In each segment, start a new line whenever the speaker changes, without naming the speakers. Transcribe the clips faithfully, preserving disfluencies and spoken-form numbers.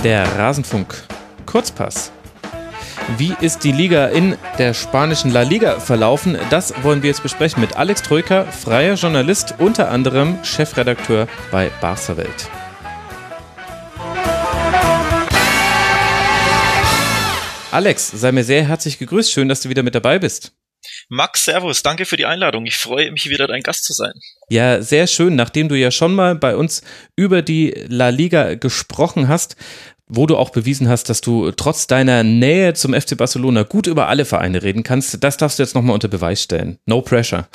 Der Rasenfunk Kurzpass. Wie ist die Liga in der spanischen La Liga verlaufen? Das wollen wir jetzt besprechen mit Alex Troika, freier Journalist, unter anderem Chefredakteur bei Barca Welt. Alex, sei mir sehr herzlich gegrüßt. Schön, dass du wieder mit dabei bist.
Max, servus, danke für die Einladung. Ich freue mich, wieder dein Gast zu sein.
Ja, sehr schön. Nachdem du ja schon mal bei uns über die La Liga gesprochen hast, wo du auch bewiesen hast, dass du trotz deiner Nähe zum F C Barcelona gut über alle Vereine reden kannst, das darfst du jetzt nochmal unter Beweis stellen. No pressure.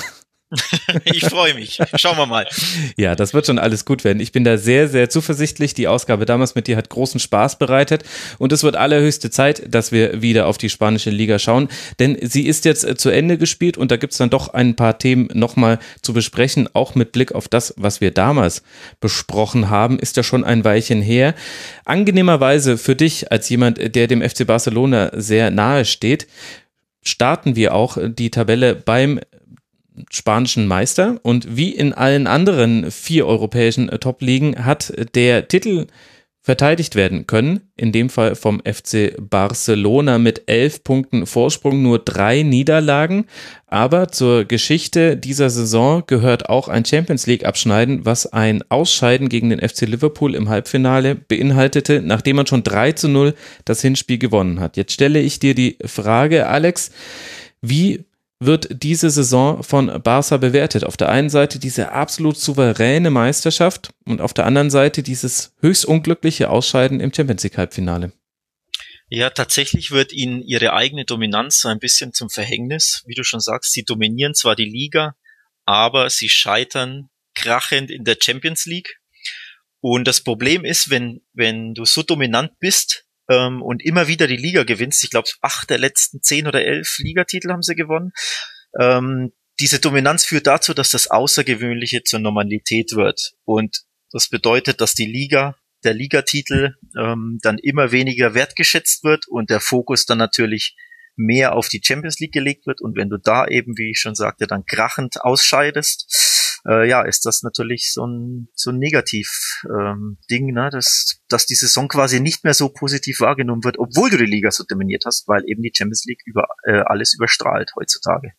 Ich freue mich. Schauen wir mal.
Ja, das wird schon alles gut werden. Ich bin da sehr, sehr zuversichtlich. Die Ausgabe damals mit dir hat großen Spaß bereitet und es wird allerhöchste Zeit, dass wir wieder auf die spanische Liga schauen, denn sie ist jetzt zu Ende gespielt und da gibt es dann doch ein paar Themen nochmal zu besprechen, auch mit Blick auf das, was wir damals besprochen haben, ist ja schon ein Weilchen her. Angenehmerweise für dich als jemand, der dem F C Barcelona sehr nahe steht, starten wir auch die Tabelle beim spanischen Meister und wie in allen anderen vier europäischen Top-Ligen hat der Titel verteidigt werden können, in dem Fall vom F C Barcelona mit elf Punkten Vorsprung, nur drei Niederlagen, aber zur Geschichte dieser Saison gehört auch ein Champions-League-Abschneiden, was ein Ausscheiden gegen den F C Liverpool im Halbfinale beinhaltete, nachdem man schon drei zu null das Hinspiel gewonnen hat. Jetzt stelle ich dir die Frage, Alex, wie wird diese Saison von Barca bewertet? Auf der einen Seite diese absolut souveräne Meisterschaft und auf der anderen Seite dieses höchst unglückliche Ausscheiden im Champions-League-Halbfinale.
Ja, tatsächlich wird ihnen ihre eigene Dominanz so ein bisschen zum Verhängnis. Wie du schon sagst, sie dominieren zwar die Liga, aber sie scheitern krachend in der Champions League. Und das Problem ist, wenn, wenn du so dominant bist, und immer wieder die Liga gewinnst. Ich glaube, acht der letzten zehn oder elf Ligatitel haben sie gewonnen. Ähm, diese Dominanz führt dazu, dass das Außergewöhnliche zur Normalität wird. Und das bedeutet, dass die Liga, der Ligatitel ähm, dann immer weniger wertgeschätzt wird und der Fokus dann natürlich mehr auf die Champions League gelegt wird. Und wenn du da eben, wie ich schon sagte, dann krachend ausscheidest, äh, ja, ist das natürlich so ein so ein Negativ-Ding, ähm, ne, dass, dass die Saison quasi nicht mehr so positiv wahrgenommen wird, obwohl du die Liga so dominiert hast, weil eben die Champions League über äh, alles überstrahlt heutzutage.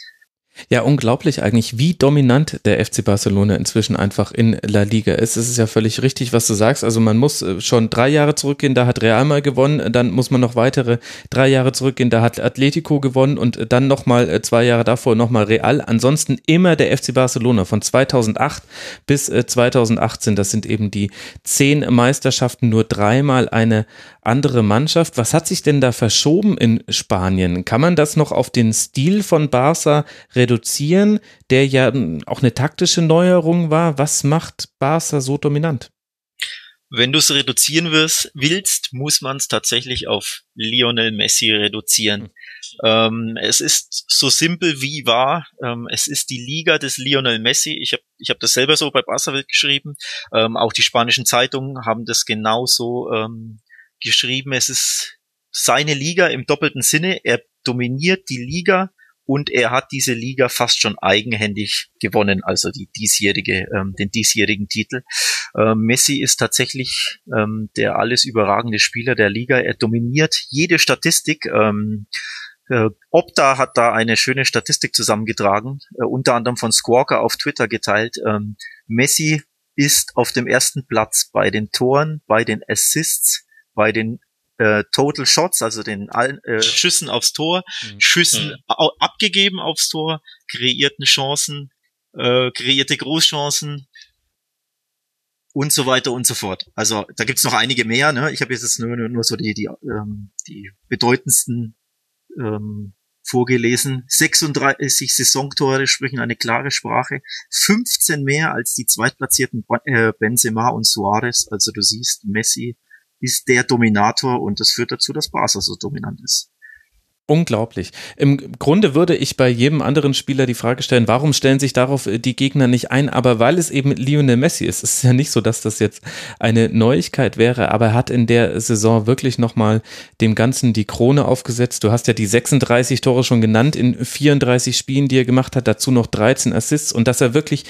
Ja, unglaublich eigentlich, wie dominant der F C Barcelona inzwischen einfach in La Liga ist. Es ist ja völlig richtig, was du sagst. Also man muss schon drei Jahre zurückgehen, da hat Real mal gewonnen, dann muss man noch weitere drei Jahre zurückgehen, da hat Atletico gewonnen und dann nochmal zwei Jahre davor nochmal Real. Ansonsten immer der F C Barcelona von zweitausendacht bis zweitausendachtzehn. Das sind eben die zehn Meisterschaften, nur dreimal eine andere Mannschaft. Was hat sich denn da verschoben in Spanien? Kann man das noch auf den Stil von Barca reduzieren, der ja auch eine taktische Neuerung war? Was macht Barca so dominant?
Wenn du es reduzieren wirst, willst, muss man es tatsächlich auf Lionel Messi reduzieren. Mhm. Ähm, es ist so simpel wie wahr. Ähm, es ist die Liga des Lionel Messi. Ich habe ich hab das selber so bei Barca Welt geschrieben. Ähm, auch die spanischen Zeitungen haben das genauso ähm, geschrieben. Es ist seine Liga im doppelten Sinne. Er dominiert die Liga und er hat diese Liga fast schon eigenhändig gewonnen, also die diesjährige, ähm, den diesjährigen Titel. Ähm, Messi ist tatsächlich ähm, der alles überragende Spieler der Liga. Er dominiert jede Statistik. Ähm, äh, Opta hat da eine schöne Statistik zusammengetragen, äh, unter anderem von Squawka auf Twitter geteilt. Ähm, Messi ist auf dem ersten Platz bei den Toren, bei den Assists, bei den äh, Total Shots, also den äh, Schüssen aufs Tor, mhm. Schüssen mhm. au- abgegeben aufs Tor, kreierten Chancen, äh, kreierte Großchancen und so weiter und so fort. Also da gibt's noch einige mehr. Ne? Ich habe jetzt nur, nur so die die, ähm, die bedeutendsten ähm, vorgelesen. sechsunddreißig Saisontore sprechen eine klare Sprache. fünfzehn mehr als die zweitplatzierten äh, Benzema und Suarez. Also du siehst, Messi ist der Dominator und das führt dazu, dass Barca so dominant ist.
Unglaublich. Im Grunde würde ich bei jedem anderen Spieler die Frage stellen, warum stellen sich darauf die Gegner nicht ein? Aber weil es eben Lionel Messi ist, es ist ja nicht so, dass das jetzt eine Neuigkeit wäre, aber er hat in der Saison wirklich nochmal dem Ganzen die Krone aufgesetzt. Du hast ja die sechsunddreißig Tore schon genannt in vierunddreißig Spielen, die er gemacht hat, dazu noch dreizehn Assists und dass er wirklich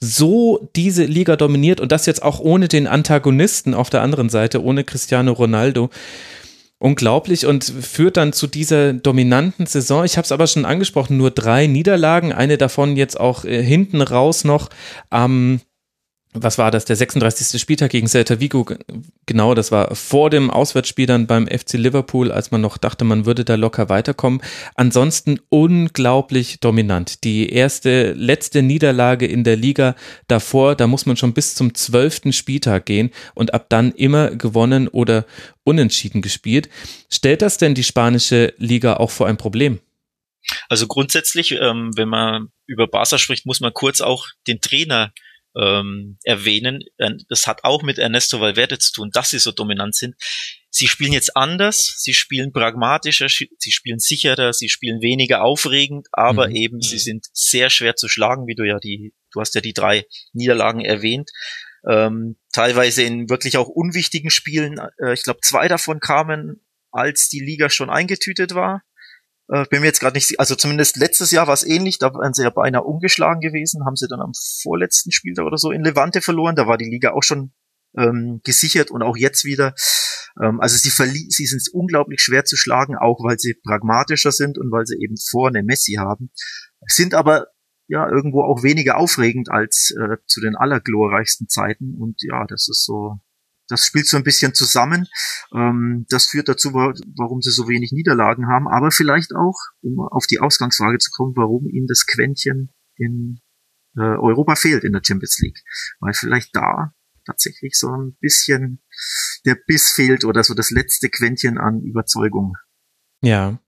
so diese Liga dominiert und das jetzt auch ohne den Antagonisten auf der anderen Seite, ohne Cristiano Ronaldo. Unglaublich und führt dann zu dieser dominanten Saison. Ich habe es aber schon angesprochen, nur drei Niederlagen, eine davon jetzt auch äh, hinten raus noch am, ähm, was war das, der sechsunddreißigste Spieltag gegen Celta Vigo, genau, das war vor dem Auswärtsspiel dann beim F C Liverpool, als man noch dachte, man würde da locker weiterkommen. Ansonsten unglaublich dominant. Die erste, letzte Niederlage in der Liga davor, da muss man schon bis zum zwölften Spieltag gehen und ab dann immer gewonnen oder unentschieden gespielt. Stellt das denn die spanische Liga auch vor ein Problem?
Also grundsätzlich, ähm, wenn man über Barca spricht, muss man kurz auch den Trainer ähm, erwähnen. Das hat auch mit Ernesto Valverde zu tun, dass sie so dominant sind. Sie spielen jetzt anders, sie spielen pragmatischer, sie spielen sicherer, sie spielen weniger aufregend, aber mhm. eben sie sind sehr schwer zu schlagen, wie du ja die, du hast ja die drei Niederlagen erwähnt. Ähm, teilweise in wirklich auch unwichtigen Spielen. Äh, ich glaube, zwei davon kamen, als die Liga schon eingetütet war. Äh, bin mir jetzt gerade nicht, also zumindest letztes Jahr war es ähnlich, da waren sie ja beinahe umgeschlagen gewesen, haben sie dann am vorletzten Spieltag oder so in Levante verloren, da war die Liga auch schon ähm, gesichert und auch jetzt wieder. Ähm, also sie verli- sie sind unglaublich schwer zu schlagen, auch weil sie pragmatischer sind und weil sie eben vorne Messi haben, sind aber ja irgendwo auch weniger aufregend als äh, zu den allerglorreichsten Zeiten und ja, das ist so, das spielt so ein bisschen zusammen. Ähm, das führt dazu, warum sie so wenig Niederlagen haben, aber vielleicht auch, um auf die Ausgangsfrage zu kommen, warum ihnen das Quäntchen in äh, Europa fehlt in der Champions League. Weil vielleicht da tatsächlich so ein bisschen der Biss fehlt oder so das letzte Quäntchen an Überzeugung.
Ja.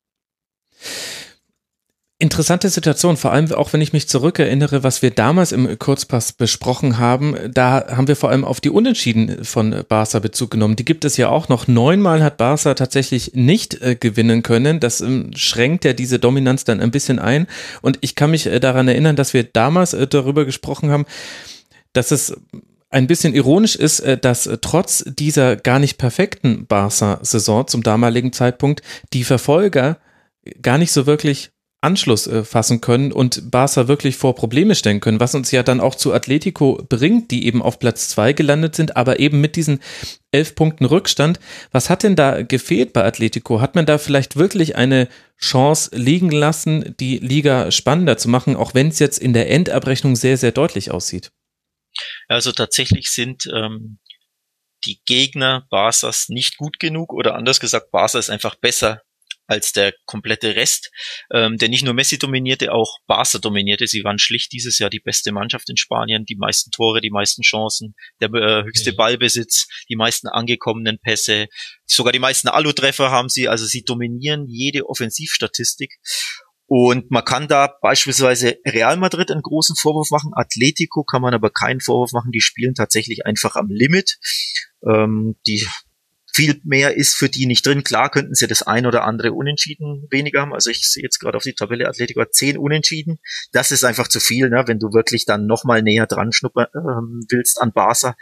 Interessante Situation, vor allem auch wenn ich mich zurückerinnere, was wir damals im Kurzpass besprochen haben, da haben wir vor allem auf die Unentschieden von Barca Bezug genommen. Die gibt es ja auch noch. Neunmal hat Barca tatsächlich nicht äh, gewinnen können. Das ähm, schränkt ja diese Dominanz dann ein bisschen ein. Und ich kann mich äh, daran erinnern, dass wir damals äh, darüber gesprochen haben, dass es ein bisschen ironisch ist, äh, dass äh, trotz dieser gar nicht perfekten Barca-Saison zum damaligen Zeitpunkt die Verfolger gar nicht so wirklich Anschluss äh, fassen können und Barca wirklich vor Probleme stellen können, was uns ja dann auch zu Atletico bringt, die eben auf Platz zwei gelandet sind, aber eben mit diesen elf Punkten Rückstand. Was hat denn da gefehlt bei Atletico? Hat man da vielleicht wirklich eine Chance liegen lassen, die Liga spannender zu machen, auch wenn es jetzt in der Endabrechnung sehr, sehr deutlich aussieht?
Also tatsächlich sind ähm, die Gegner Barcas nicht gut genug oder anders gesagt, Barca ist einfach besser als der komplette Rest, ähm, der nicht nur Messi dominierte, auch Barca dominierte. Sie waren schlicht dieses Jahr die beste Mannschaft in Spanien, die meisten Tore, die meisten Chancen, der äh, höchste Ballbesitz, die meisten angekommenen Pässe, sogar die meisten Alu-Treffer haben sie, also sie dominieren jede Offensivstatistik. Und man kann da beispielsweise Real Madrid einen großen Vorwurf machen, Atletico kann man aber keinen Vorwurf machen, die spielen tatsächlich einfach am Limit. Ähm, die Viel mehr ist für die nicht drin. Klar könnten sie das ein oder andere Unentschieden weniger haben. Also ich sehe jetzt gerade auf die Tabelle, Atletico hat zehn Unentschieden. Das ist einfach zu viel, ne? Wenn du wirklich dann nochmal näher dran schnuppern ähm, willst an Barca.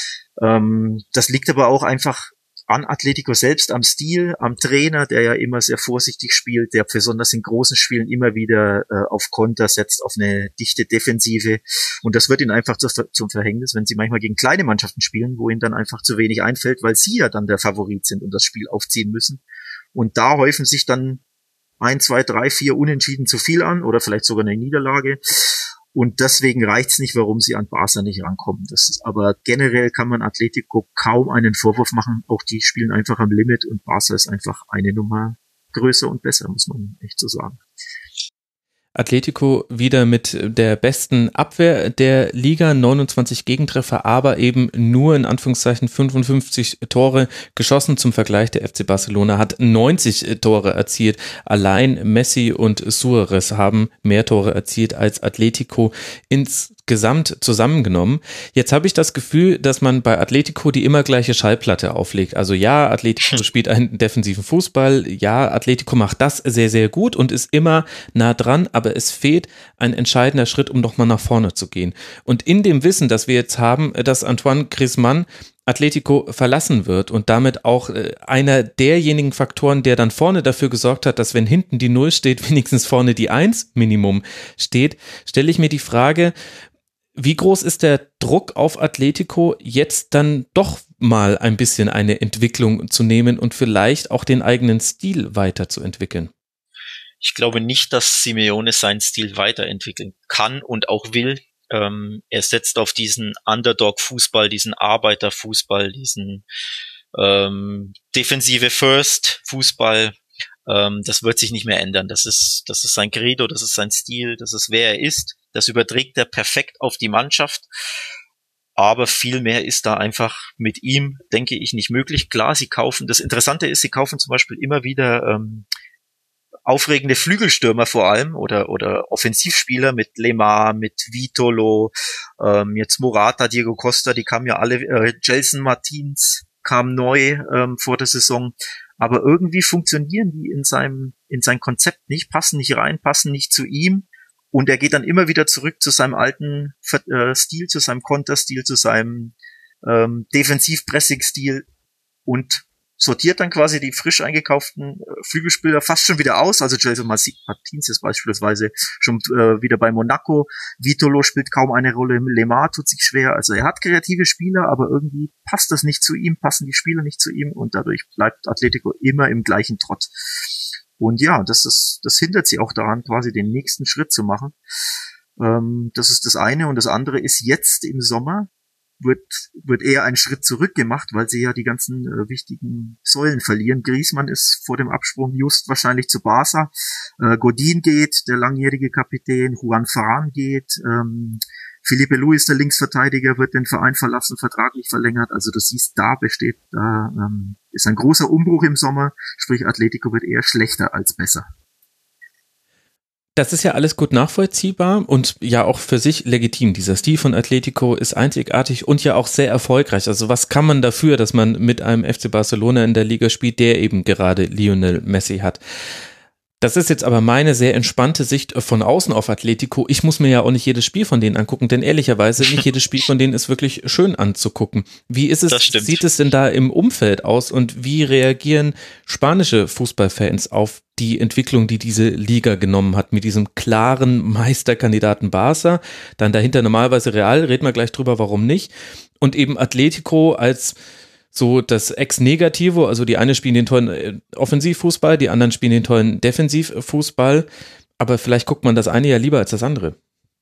Ähm, das liegt aber auch einfach an Atletico selbst, am Stil, am Trainer, der ja immer sehr vorsichtig spielt, der besonders in großen Spielen immer wieder äh, auf Konter setzt, auf eine dichte Defensive. Und das wird ihnen einfach zu, zum Verhängnis, wenn sie manchmal gegen kleine Mannschaften spielen, wo ihnen dann einfach zu wenig einfällt, weil sie ja dann der Favorit sind und das Spiel aufziehen müssen. Und da häufen sich dann ein, zwei, drei, vier Unentschieden zu viel an oder vielleicht sogar eine Niederlage. Und deswegen reicht's nicht, warum sie an Barca nicht rankommen. Das ist, aber generell kann man Atletico kaum einen Vorwurf machen. Auch die spielen einfach am Limit und Barca ist einfach eine Nummer größer und besser, muss man echt so sagen.
Atletico wieder mit der besten Abwehr der Liga, neunundzwanzig Gegentreffer, aber eben nur in Anführungszeichen fünfundfünfzig Tore geschossen. Zum Vergleich, der F C Barcelona hat neunzig Tore erzielt. Allein Messi und Suárez haben mehr Tore erzielt als Atletico. Ins gesamt zusammengenommen. Jetzt habe ich das Gefühl, dass man bei Atletico die immer gleiche Schallplatte auflegt. Also ja, Atletico spielt einen defensiven Fußball, ja, Atletico macht das sehr, sehr gut und ist immer nah dran, aber es fehlt ein entscheidender Schritt, um nochmal nach vorne zu gehen. Und in dem Wissen, dass wir jetzt haben, dass Antoine Griezmann Atletico verlassen wird und damit auch äh, einer derjenigen Faktoren, der dann vorne dafür gesorgt hat, dass wenn hinten die Null steht, wenigstens vorne die Eins Minimum steht, stelle ich mir die Frage, wie groß ist der Druck auf Atletico, jetzt dann doch mal ein bisschen eine Entwicklung zu nehmen und vielleicht auch den eigenen Stil weiterzuentwickeln?
Ich glaube nicht, dass Simeone seinen Stil weiterentwickeln kann und auch will. Ähm, er setzt auf diesen Underdog-Fußball, diesen Arbeiter-Fußball, diesen ähm, defensive First-Fußball. Ähm, das wird sich nicht mehr ändern. Das ist, das ist sein Credo, das ist sein Stil, das ist wer er ist. Das überträgt er perfekt auf die Mannschaft. Aber viel mehr ist da einfach mit ihm, denke ich, nicht möglich. Klar, sie kaufen, das Interessante ist, sie kaufen zum Beispiel immer wieder ähm, aufregende Flügelstürmer vor allem oder oder Offensivspieler mit Lemar, mit Vitolo, ähm, jetzt Morata, Diego Costa, die kamen ja alle, äh, Gelson Martins kam neu ähm, vor der Saison. Aber irgendwie funktionieren die in seinem in sein Konzept nicht, passen nicht rein, passen nicht zu ihm. Und er geht dann immer wieder zurück zu seinem alten äh, Stil, zu seinem Konterstil, zu seinem ähm, Defensiv-Pressing-Stil und sortiert dann quasi die frisch eingekauften äh, Flügelspieler fast schon wieder aus. Also Gelson Martins ist beispielsweise schon äh, wieder bei Monaco. Vitolo spielt kaum eine Rolle. Lemar tut sich schwer. Also er hat kreative Spieler, aber irgendwie passt das nicht zu ihm, passen die Spieler nicht zu ihm und dadurch bleibt Atletico immer im gleichen Trott. Und ja, das ist, das hindert sie auch daran, quasi den nächsten Schritt zu machen. Ähm, das ist das eine. Und das andere ist, jetzt im Sommer wird, wird eher ein Schritt zurück gemacht, weil sie ja die ganzen äh, wichtigen Säulen verlieren. Griezmann ist vor dem Absprung just wahrscheinlich zu Barca. Äh, Godin geht, der langjährige Kapitän. Juan Ferran geht. Ähm, Felipe Luis, der Linksverteidiger, wird den Verein verlassen, Vertrag nicht verlängert. Also du siehst, da besteht, da ähm, ist ein großer Umbruch im Sommer. Sprich, Atletico wird eher schlechter als besser.
Das ist ja alles gut nachvollziehbar und ja auch für sich legitim. Dieser Stil von Atletico ist einzigartig und ja auch sehr erfolgreich. Also was kann man dafür, dass man mit einem F C Barcelona in der Liga spielt, der eben gerade Lionel Messi hat? Das ist jetzt aber meine sehr entspannte Sicht von außen auf Atletico. Ich muss mir ja auch nicht jedes Spiel von denen angucken, denn ehrlicherweise nicht jedes Spiel von denen ist wirklich schön anzugucken. Wie ist es, sieht es denn da im Umfeld aus und wie reagieren spanische Fußballfans auf die Entwicklung, die diese Liga genommen hat, mit diesem klaren Meisterkandidaten Barca, dann dahinter normalerweise Real, reden wir gleich drüber, warum nicht, und eben Atletico als so das Ex-Negativo, also die eine spielen den tollen Offensivfußball, die anderen spielen den tollen Defensivfußball, aber vielleicht guckt man das eine ja lieber als das andere.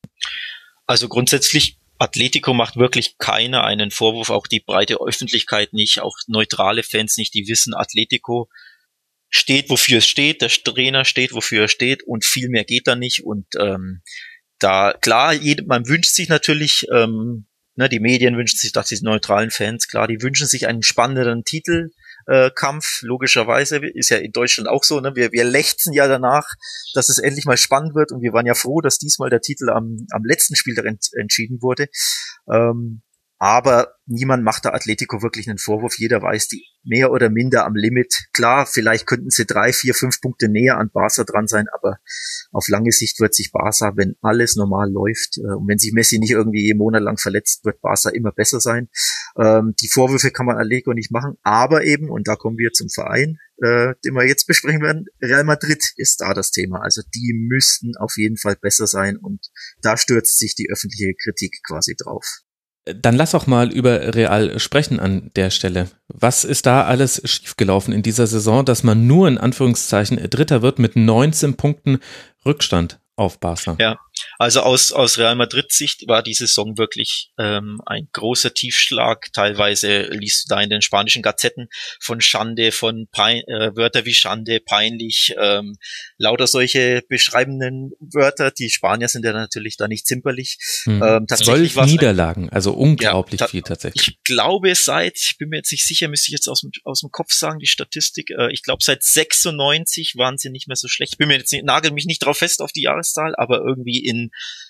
Also grundsätzlich, Atletico macht wirklich keiner einen Vorwurf, auch die breite Öffentlichkeit nicht, auch neutrale Fans nicht, die wissen, Atletico steht, wofür es steht, der Trainer steht, wofür er steht und viel mehr geht da nicht und ähm, da, klar, jede, man wünscht sich natürlich, ähm, Ne, die Medien wünschen sich, dass die neutralen Fans, klar, die wünschen sich einen spannenderen Titelkampf, äh, logischerweise, ist ja in Deutschland auch so, ne, wir, wir lechzen ja danach, dass es endlich mal spannend wird und wir waren ja froh, dass diesmal der Titel am, am letzten Spieltag ent, entschieden wurde, ähm, aber niemand macht da Atletico wirklich einen Vorwurf, jeder weiß, die mehr oder minder am Limit, klar, vielleicht könnten sie drei, vier, fünf Punkte näher an Barca dran sein, aber auf lange Sicht wird sich Barca, wenn alles normal läuft äh, und wenn sich Messi nicht irgendwie monatelang verletzt, wird Barca immer besser sein. Ähm, die Vorwürfe kann man Atletico nicht machen, aber eben, und da kommen wir zum Verein, äh, den wir jetzt besprechen werden, Real Madrid ist da das Thema. Also die müssten auf jeden Fall besser sein und da stürzt sich die öffentliche Kritik quasi drauf.
Dann lass auch mal über Real sprechen an der Stelle. Was ist da alles schiefgelaufen in dieser Saison, dass man nur in Anführungszeichen Dritter wird mit neunzehn Punkten Rückstand auf Barca?
Ja, also aus aus Real Madrid Sicht war die Saison wirklich ähm, ein großer Tiefschlag. Teilweise liest du da in den spanischen Gazetten von Schande, von Pein, äh, Wörter wie Schande, peinlich, ähm, lauter solche beschreibenden Wörter. Die Spanier sind ja natürlich da nicht zimperlich.
Hm. Ähm, Zwölf Niederlagen, also unglaublich ja, ta- viel tatsächlich.
Ich glaube seit, ich bin mir jetzt nicht sicher, müsste ich jetzt aus dem, aus dem Kopf sagen, die Statistik, äh, ich glaube seit sechsundneunzig waren sie nicht mehr so schlecht. Ich bin mir jetzt nicht, nagel mich nicht drauf fest auf die Jahreszahl, aber irgendwie in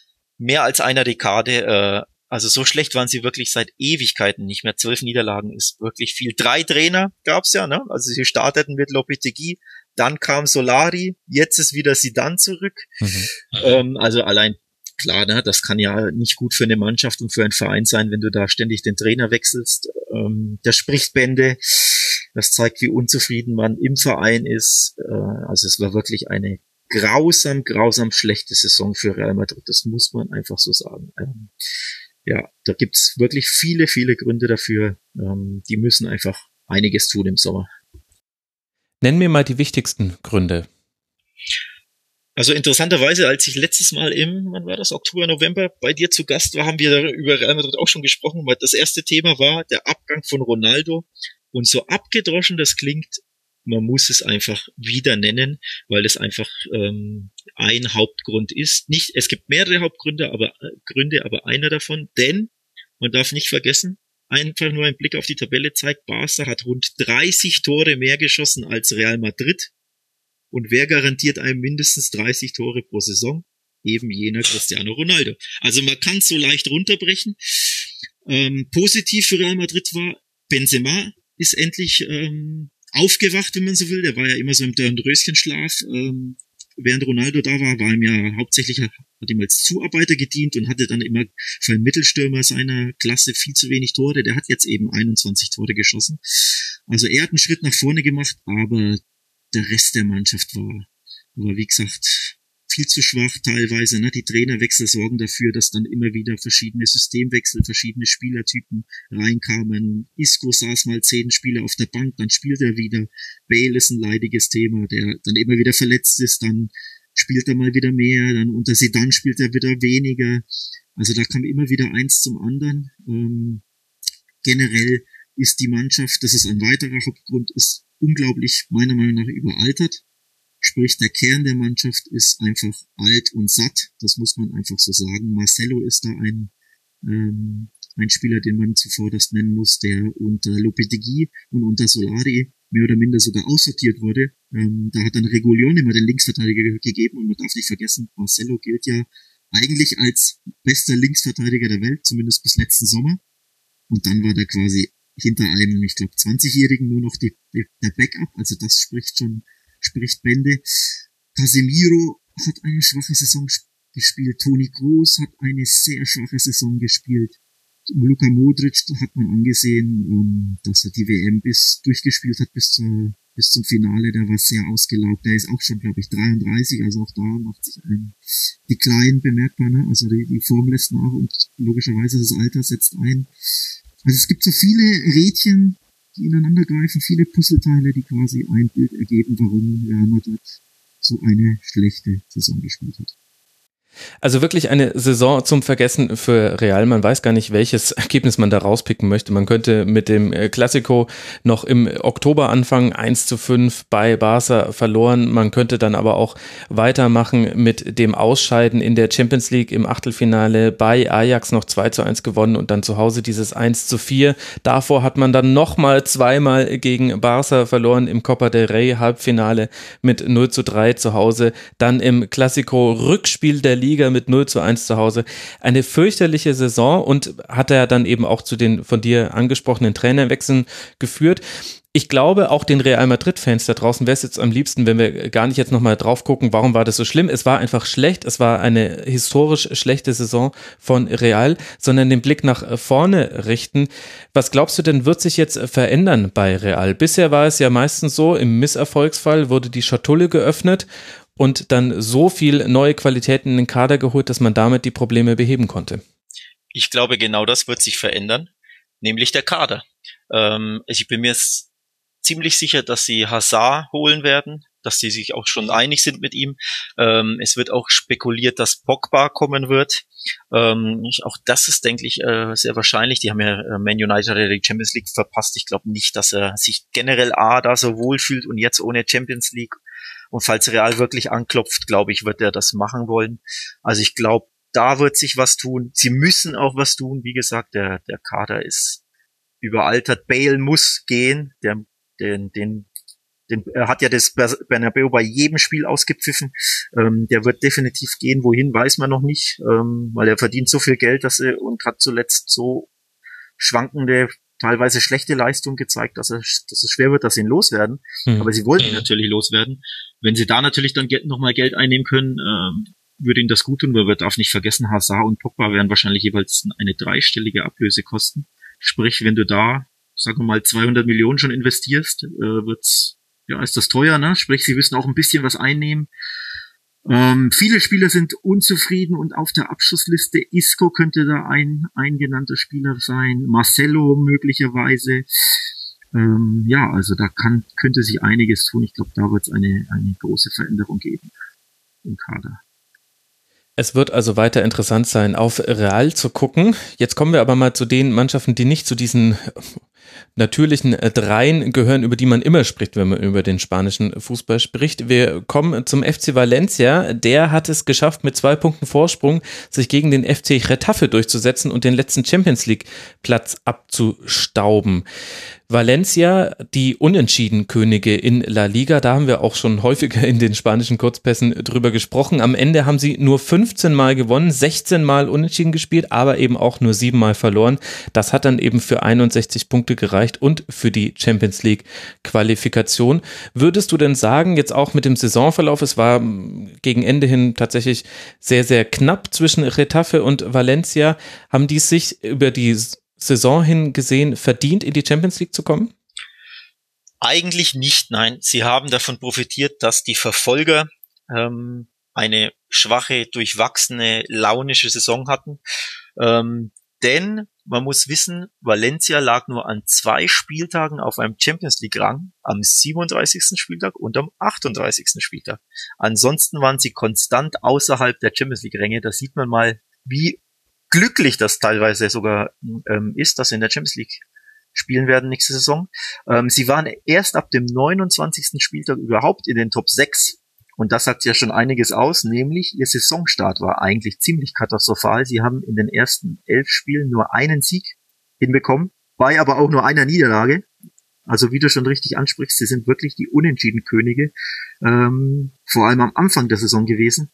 mehr als einer Dekade. Äh, also so schlecht waren sie wirklich seit Ewigkeiten nicht mehr. Zwölf Niederlagen ist wirklich viel. Drei Trainer gab's ja, ne? Also sie starteten mit Lopetegui, dann kam Solari, jetzt ist wieder Zidane zurück. Mhm. Ähm, also allein klar, ne, das kann ja nicht gut für eine Mannschaft und für einen Verein sein, wenn du da ständig den Trainer wechselst. Ähm, der spricht Bände. Das zeigt, wie unzufrieden man im Verein ist. Äh, also es war wirklich eine grausam, grausam schlechte Saison für Real Madrid. Das muss man einfach so sagen. Ähm, ja, da gibt's wirklich viele, viele Gründe dafür. Ähm, die müssen einfach einiges tun im Sommer.
Nenn mir mal die wichtigsten Gründe.
Also interessanterweise, als ich letztes Mal im, wann war das, Oktober, November, bei dir zu Gast war, haben wir über Real Madrid auch schon gesprochen, weil das erste Thema war der Abgang von Ronaldo. Und so abgedroschen das klingt, man muss es einfach wieder nennen, weil das einfach ähm, ein Hauptgrund ist. Nicht, es gibt mehrere Hauptgründe, aber äh, Gründe, aber einer davon, denn man darf nicht vergessen, einfach nur ein Blick auf die Tabelle zeigt, Barca hat rund dreißig Tore mehr geschossen als Real Madrid. Und wer garantiert einem mindestens dreißig Tore pro Saison? Eben jener Cristiano Ronaldo. Also man kann es so leicht runterbrechen. Ähm, positiv für Real Madrid war, Benzema ist endlich ähm, aufgewacht, wenn man so will. Der war ja immer so im Dornröschenschlaf. Ähm, während Ronaldo da war, war ihm ja hauptsächlich, hat ihm als Zuarbeiter gedient und hatte dann immer für einen Mittelstürmer seiner Klasse viel zu wenig Tore. Der hat jetzt eben einundzwanzig Tore geschossen. Also er hat einen Schritt nach vorne gemacht, aber der Rest der Mannschaft war, war wie gesagt, viel zu schwach teilweise. Ne? Die Trainerwechsel sorgen dafür, dass dann immer wieder verschiedene Systemwechsel, verschiedene Spielertypen reinkamen. Isco saß mal zehn Spiele auf der Bank, dann spielt er wieder. Bale ist ein leidiges Thema, der dann immer wieder verletzt ist, dann spielt er mal wieder mehr, dann unter Zidane spielt er wieder weniger. Also da kam immer wieder eins zum anderen. Ähm, generell ist die Mannschaft, das ist ein weiterer Hauptgrund, ist unglaublich meiner Meinung nach überaltert. Sprich, der Kern der Mannschaft ist einfach alt und satt. Das muss man einfach so sagen. Marcelo ist da ein, ähm, ein Spieler, den man zuvorderst nennen muss, der unter Lopetegui und unter Solari mehr oder minder sogar aussortiert wurde. Ähm, da hat dann Reguilón immer den Linksverteidiger gegeben und man darf nicht vergessen, Marcelo gilt ja eigentlich als bester Linksverteidiger der Welt, zumindest bis letzten Sommer. Und dann war der quasi hinter einem, ich glaube, zwanzigjährigen nur noch die, die, der Backup. Also das spricht schon spricht Bände. Casemiro hat eine schwache Saison gespielt. Toni Kroos hat eine sehr schwache Saison gespielt. Luka Modric hat man angesehen, dass er die W M bis durchgespielt hat bis zur bis zum Finale. Der war sehr ausgelaugt. Der ist auch schon, glaube ich, dreiunddreißig. Also auch da macht sich ein Decline bemerkbar. Ne? Also die, die Form lässt nach und logischerweise das Alter setzt ein. Also es gibt so viele Rädchen, die ineinander greifen, viele Puzzleteile, die quasi ein Bild ergeben, warum Real Madrid so eine schlechte Saison gespielt hat.
Also wirklich eine Saison zum Vergessen für Real. Man weiß gar nicht, welches Ergebnis man da rauspicken möchte. Man könnte mit dem Clasico noch im Oktober anfangen, eins zu fünf bei Barca verloren. Man könnte dann aber auch weitermachen mit dem Ausscheiden in der Champions League im Achtelfinale bei Ajax noch zwei zu eins gewonnen und dann zu Hause dieses eins zu vier. Davor hat man dann nochmal zweimal gegen Barca verloren im Copa del Rey Halbfinale mit null zu drei zu Hause. Dann im Clasico Rückspiel der Liga mit null zu eins zu Hause. Eine fürchterliche Saison und hat er dann eben auch zu den von dir angesprochenen Trainerwechseln geführt. Ich glaube, auch den Real Madrid-Fans da draußen wäre es jetzt am liebsten, wenn wir gar nicht jetzt nochmal drauf gucken, warum war das so schlimm. Es war einfach schlecht, es war eine historisch schlechte Saison von Real, sondern den Blick nach vorne richten. Was glaubst du denn, wird sich jetzt verändern bei Real? Bisher war es ja meistens so, im Misserfolgsfall wurde die Schatulle geöffnet und dann so viel neue Qualitäten in den Kader geholt, dass man damit die Probleme beheben konnte.
Ich glaube, genau das wird sich verändern, nämlich der Kader. Ähm, ich bin mir ziemlich sicher, dass sie Hazard holen werden, dass sie sich auch schon einig sind mit ihm. Ähm, es wird auch spekuliert, dass Pogba kommen wird. Ähm, ich, auch das ist, denke ich, äh, sehr wahrscheinlich. Die haben ja äh, Man United die Champions League verpasst. Ich glaube nicht, dass er sich generell A da so wohlfühlt und jetzt ohne Champions League. Und falls Real wirklich anklopft, glaube ich, wird er das machen wollen. Also ich glaube, da wird sich was tun. Sie müssen auch was tun. Wie gesagt, der, der Kader ist überaltert. Bale muss gehen. Der, den, den, Den, er hat ja das Bernabeu bei jedem Spiel ausgepfiffen. Ähm, der wird definitiv gehen. Wohin, weiß man noch nicht, ähm, weil er verdient so viel Geld, dass er und hat zuletzt so schwankende, teilweise schlechte Leistung gezeigt, dass, er, dass es schwer wird, dass sie ihn loswerden. Mhm. Aber sie wollten ihn natürlich loswerden. Wenn sie da natürlich dann nochmal Geld einnehmen können, ähm, würde ihn das gut tun, weil man darf nicht vergessen, Hazard und Pogba werden wahrscheinlich jeweils eine dreistellige Ablöse kosten. Sprich, wenn du da, sagen wir mal, zweihundert Millionen schon investierst, äh, wird's, ja, ist das teuer, ne? Sprich, sie müssen auch ein bisschen was einnehmen. Ähm, viele Spieler sind unzufrieden und auf der Abschussliste Isco könnte da ein, ein genannter Spieler sein, Marcelo möglicherweise. Ähm, ja, also da kann, könnte sie einiges tun. Ich glaube, da wird es eine, eine große Veränderung geben im Kader.
Es wird also weiter interessant sein, auf Real zu gucken. Jetzt kommen wir aber mal zu den Mannschaften, die nicht zu diesen natürlichen Dreien gehören, über die man immer spricht, wenn man über den spanischen Fußball spricht. Wir kommen zum F C Valencia. Der hat es geschafft, mit zwei Punkten Vorsprung sich gegen den F C Getafe durchzusetzen und den letzten Champions League Platz abzustauben. Valencia, die Unentschieden-Könige in La Liga, da haben wir auch schon häufiger in den spanischen Kurzpässen drüber gesprochen. Am Ende haben sie nur fünfzehn Mal gewonnen, sechzehn Mal unentschieden gespielt, aber eben auch nur sieben Mal verloren. Das hat dann eben für einundsechzig Punkte gereicht und für die Champions League Qualifikation. Würdest du denn sagen, jetzt auch mit dem Saisonverlauf, es war gegen Ende hin tatsächlich sehr, sehr knapp zwischen Getafe und Valencia, haben die sich über die Saison hin gesehen verdient, in die Champions League zu kommen?
Eigentlich nicht, nein. Sie haben davon profitiert, dass die Verfolger ähm, eine schwache, durchwachsene, launische Saison hatten. Ähm, denn man muss wissen, Valencia lag nur an zwei Spieltagen auf einem Champions League-Rang, am siebenunddreißigsten Spieltag und am achtunddreißigsten Spieltag. Ansonsten waren sie konstant außerhalb der Champions League-Ränge. Da sieht man mal, wie glücklich das teilweise sogar ähm, ist, dass sie in der Champions League spielen werden nächste Saison. Ähm, sie waren erst ab dem neunundzwanzigsten Spieltag überhaupt in den Top sechs. Und das sagt ja schon einiges aus, nämlich ihr Saisonstart war eigentlich ziemlich katastrophal. Sie haben in den ersten elf Spielen nur einen Sieg hinbekommen, bei aber auch nur einer Niederlage. Also wie du schon richtig ansprichst, sie sind wirklich die Unentschieden-Könige, ähm, vor allem am Anfang der Saison gewesen.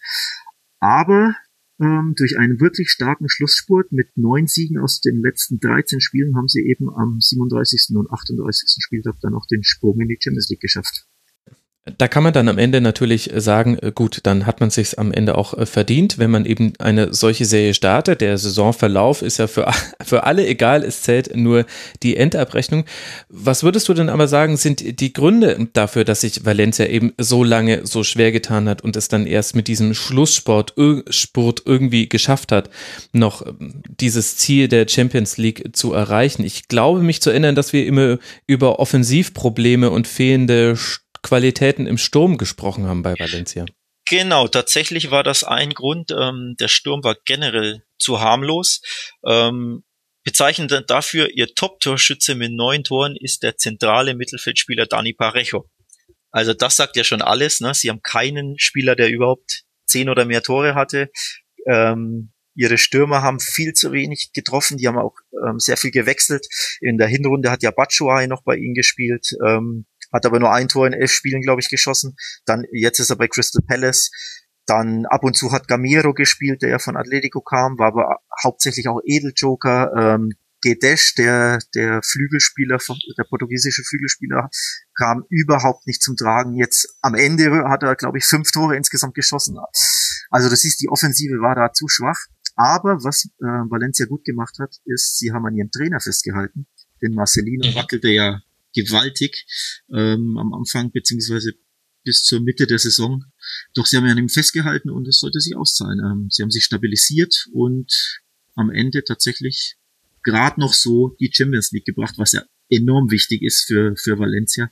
Aber ähm, durch einen wirklich starken Schlussspurt mit neun Siegen aus den letzten dreizehn Spielen haben sie eben am siebenunddreißigsten und achtunddreißigsten Spieltag dann auch den Sprung in die Champions League geschafft.
Da kann man dann am Ende natürlich sagen, gut, dann hat man es sich am Ende auch verdient, wenn man eben eine solche Serie startet. Der Saisonverlauf ist ja für, für alle egal, es zählt nur die Endabrechnung. Was würdest du denn aber sagen, sind die Gründe dafür, dass sich Valencia eben so lange so schwer getan hat und es dann erst mit diesem Schlusssport Spurt irgendwie geschafft hat, noch dieses Ziel der Champions League zu erreichen? Ich glaube, mich zu erinnern, dass wir immer über Offensivprobleme und fehlende Qualitäten im Sturm gesprochen haben bei Valencia.
Genau, tatsächlich war das ein Grund. Ähm, der Sturm war generell zu harmlos. Ähm, bezeichnend dafür, ihr Top-Torschütze mit neun Toren ist der zentrale Mittelfeldspieler Dani Parejo. Also das sagt ja schon alles, ne? Sie haben keinen Spieler, der überhaupt zehn oder mehr Tore hatte. Ähm, ihre Stürmer haben viel zu wenig getroffen. Die haben auch ähm, sehr viel gewechselt. In der Hinrunde hat ja Batshuayi noch bei ihnen gespielt. Ähm, hat aber nur ein Tor in elf Spielen, glaube ich, geschossen. Dann, jetzt ist er bei Crystal Palace. Dann ab und zu hat Gamero gespielt, der ja von Atletico kam, war aber hauptsächlich auch Edeljoker. Ähm, Guedes, der, der Flügelspieler, der portugiesische Flügelspieler, kam überhaupt nicht zum Tragen. Jetzt am Ende hat er, glaube ich, fünf Tore insgesamt geschossen. Also das ist, die Offensive war da zu schwach. Aber was äh, Valencia gut gemacht hat, ist, sie haben an ihrem Trainer festgehalten. Denn Marcelino wackelte ja gewaltig ähm, am Anfang beziehungsweise bis zur Mitte der Saison. Doch sie haben ja an ihm festgehalten und es sollte sich auszahlen. Ähm, sie haben sich stabilisiert und am Ende tatsächlich gerade noch so die Champions League gebracht, was ja enorm wichtig ist für für Valencia.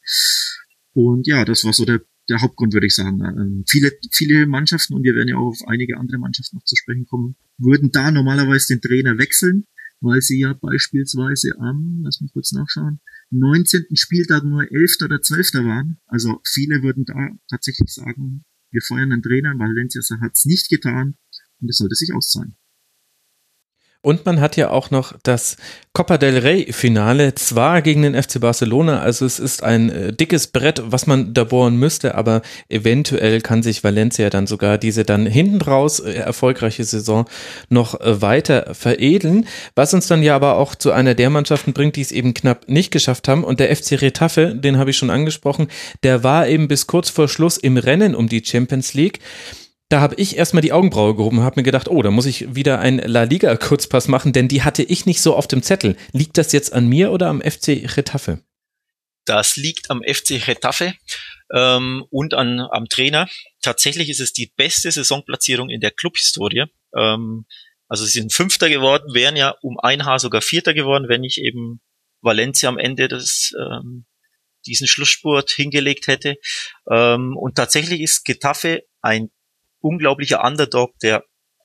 Und ja, das war so der der Hauptgrund, würde ich sagen. Ähm, viele viele Mannschaften, und wir werden ja auch auf einige andere Mannschaften noch zu sprechen kommen, würden da normalerweise den Trainer wechseln, weil sie ja beispielsweise am, lass mich kurz nachschauen, neunzehnten Spieltag nur elfter oder zwölfter waren. Also viele würden da tatsächlich sagen, wir feuern einen Trainer, Valencia hat es nicht getan und es sollte sich auszahlen.
Und man hat ja auch noch das Copa del Rey Finale, zwar gegen den F C Barcelona, also es ist ein äh, dickes Brett, was man da bohren müsste, aber eventuell kann sich Valencia dann sogar diese dann hinten raus äh, erfolgreiche Saison noch äh, weiter veredeln, was uns dann ja aber auch zu einer der Mannschaften bringt, die es eben knapp nicht geschafft haben, und der F C Retafe, den habe ich schon angesprochen, der war eben bis kurz vor Schluss im Rennen um die Champions League. Da habe ich erstmal die Augenbraue gehoben und habe mir gedacht, oh, da muss ich wieder einen La Liga-Kurzpass machen, denn die hatte ich nicht so auf dem Zettel. Liegt das jetzt an mir oder am F C Retafe?
Das liegt am F C Retafe ähm, und an, am Trainer. Tatsächlich ist es die beste Saisonplatzierung in der Clubhistorie. Ähm, also sie sind Fünfter geworden, wären ja um ein Haar sogar Vierter geworden, wenn nicht eben Valencia am Ende des, ähm, diesen Schlussspurt hingelegt hätte. Ähm, und tatsächlich ist Getafe ein unglaublicher Underdog, der,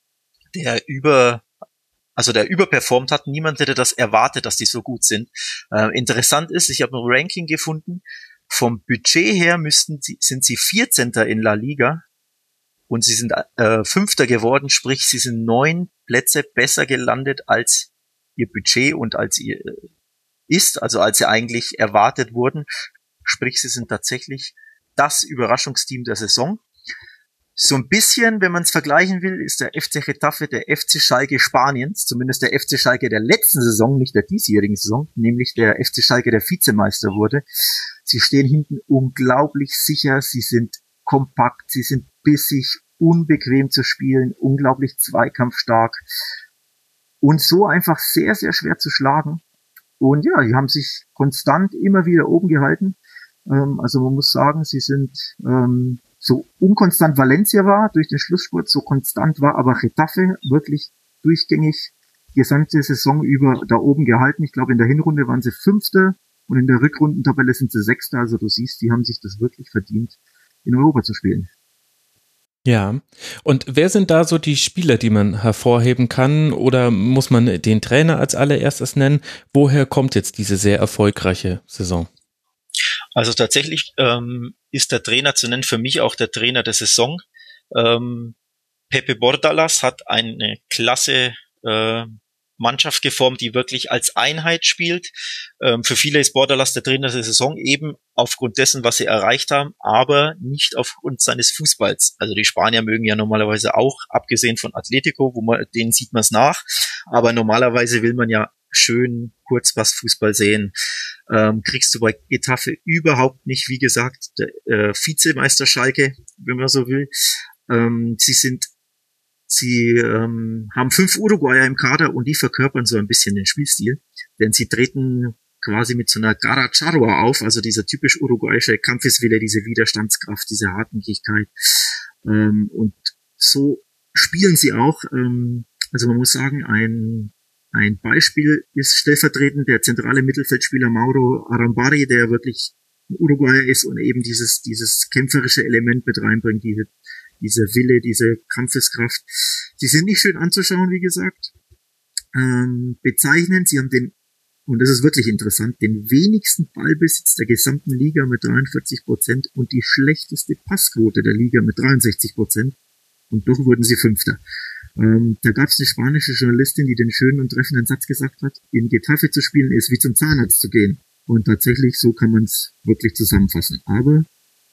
der über, also der überperformt hat. Niemand hätte das erwartet, dass die so gut sind. Äh, interessant ist, ich habe ein Ranking gefunden. Vom Budget her müssten sie, sind sie vierzehnter in La Liga und sie sind äh, Fünfter geworden, sprich, sie sind neun Plätze besser gelandet als ihr Budget und als ihr äh, ist, also als sie eigentlich erwartet wurden. Sprich, sie sind tatsächlich das Überraschungsteam der Saison. So ein bisschen, wenn man es vergleichen will, ist der F C Getafe der F C Schalke Spaniens, zumindest der F C Schalke der letzten Saison, nicht der diesjährigen Saison, nämlich der F C Schalke, der Vizemeister wurde. Sie stehen hinten unglaublich sicher, sie sind kompakt, sie sind bissig, unbequem zu spielen, unglaublich zweikampfstark und so einfach sehr, sehr schwer zu schlagen. Und ja, die haben sich konstant immer wieder oben gehalten. Ähm, also man muss sagen, sie sind ähm, so unkonstant Valencia war durch den Schlussspurt, so konstant war aber Getafe wirklich durchgängig die gesamte Saison über da oben gehalten. Ich glaube, in der Hinrunde waren sie Fünfte und in der Rückrundentabelle sind sie Sechster. Also du siehst, die haben sich das wirklich verdient, in Europa zu spielen.
Ja, und wer sind da so die Spieler, die man hervorheben kann, oder muss man den Trainer als allererstes nennen? Woher kommt jetzt diese sehr erfolgreiche Saison?
Also tatsächlich ähm, ist der Trainer zu nennen, für mich auch der Trainer der Saison. Ähm, Pepe Bordalas hat eine klasse äh, Mannschaft geformt, die wirklich als Einheit spielt. Ähm, für viele ist Bordalas der Trainer der Saison eben aufgrund dessen, was sie erreicht haben, aber nicht aufgrund seines Fußballs. Also die Spanier mögen ja normalerweise auch, abgesehen von Atletico, wo man, denen sieht man es nach, aber normalerweise will man ja schön Kurzpassfußball sehen. Ähm, kriegst du bei Getafe überhaupt nicht, wie gesagt, der äh, Vizemeister Schalke, wenn man so will. Ähm, sie sind Sie ähm, haben fünf Uruguayer im Kader und die verkörpern so ein bisschen den Spielstil, denn sie treten quasi mit so einer Garra-Charrua auf, also dieser typisch uruguayische Kampfeswille, diese Widerstandskraft, diese Hartnäckigkeit. Ähm, und so spielen sie auch. Ähm, also man muss sagen, ein ein Beispiel ist stellvertretend der zentrale Mittelfeldspieler Mauro Arambari, der wirklich ein Uruguayer ist und eben dieses dieses kämpferische Element mit reinbringt, diese diese Wille, diese Kampfeskraft. Sie sind nicht schön anzuschauen, wie gesagt. Ähm, bezeichnend, sie haben den, und das ist wirklich interessant, den wenigsten Ballbesitz der gesamten Liga mit dreiundvierzig Prozent und die schlechteste Passquote der Liga mit dreiundsechzig Prozent. Und doch wurden sie Fünfter. Ähm, da gab es eine spanische Journalistin, die den schönen und treffenden Satz gesagt hat, in Getafe zu spielen ist wie zum Zahnarzt zu gehen. Und tatsächlich, so kann man es wirklich zusammenfassen. Aber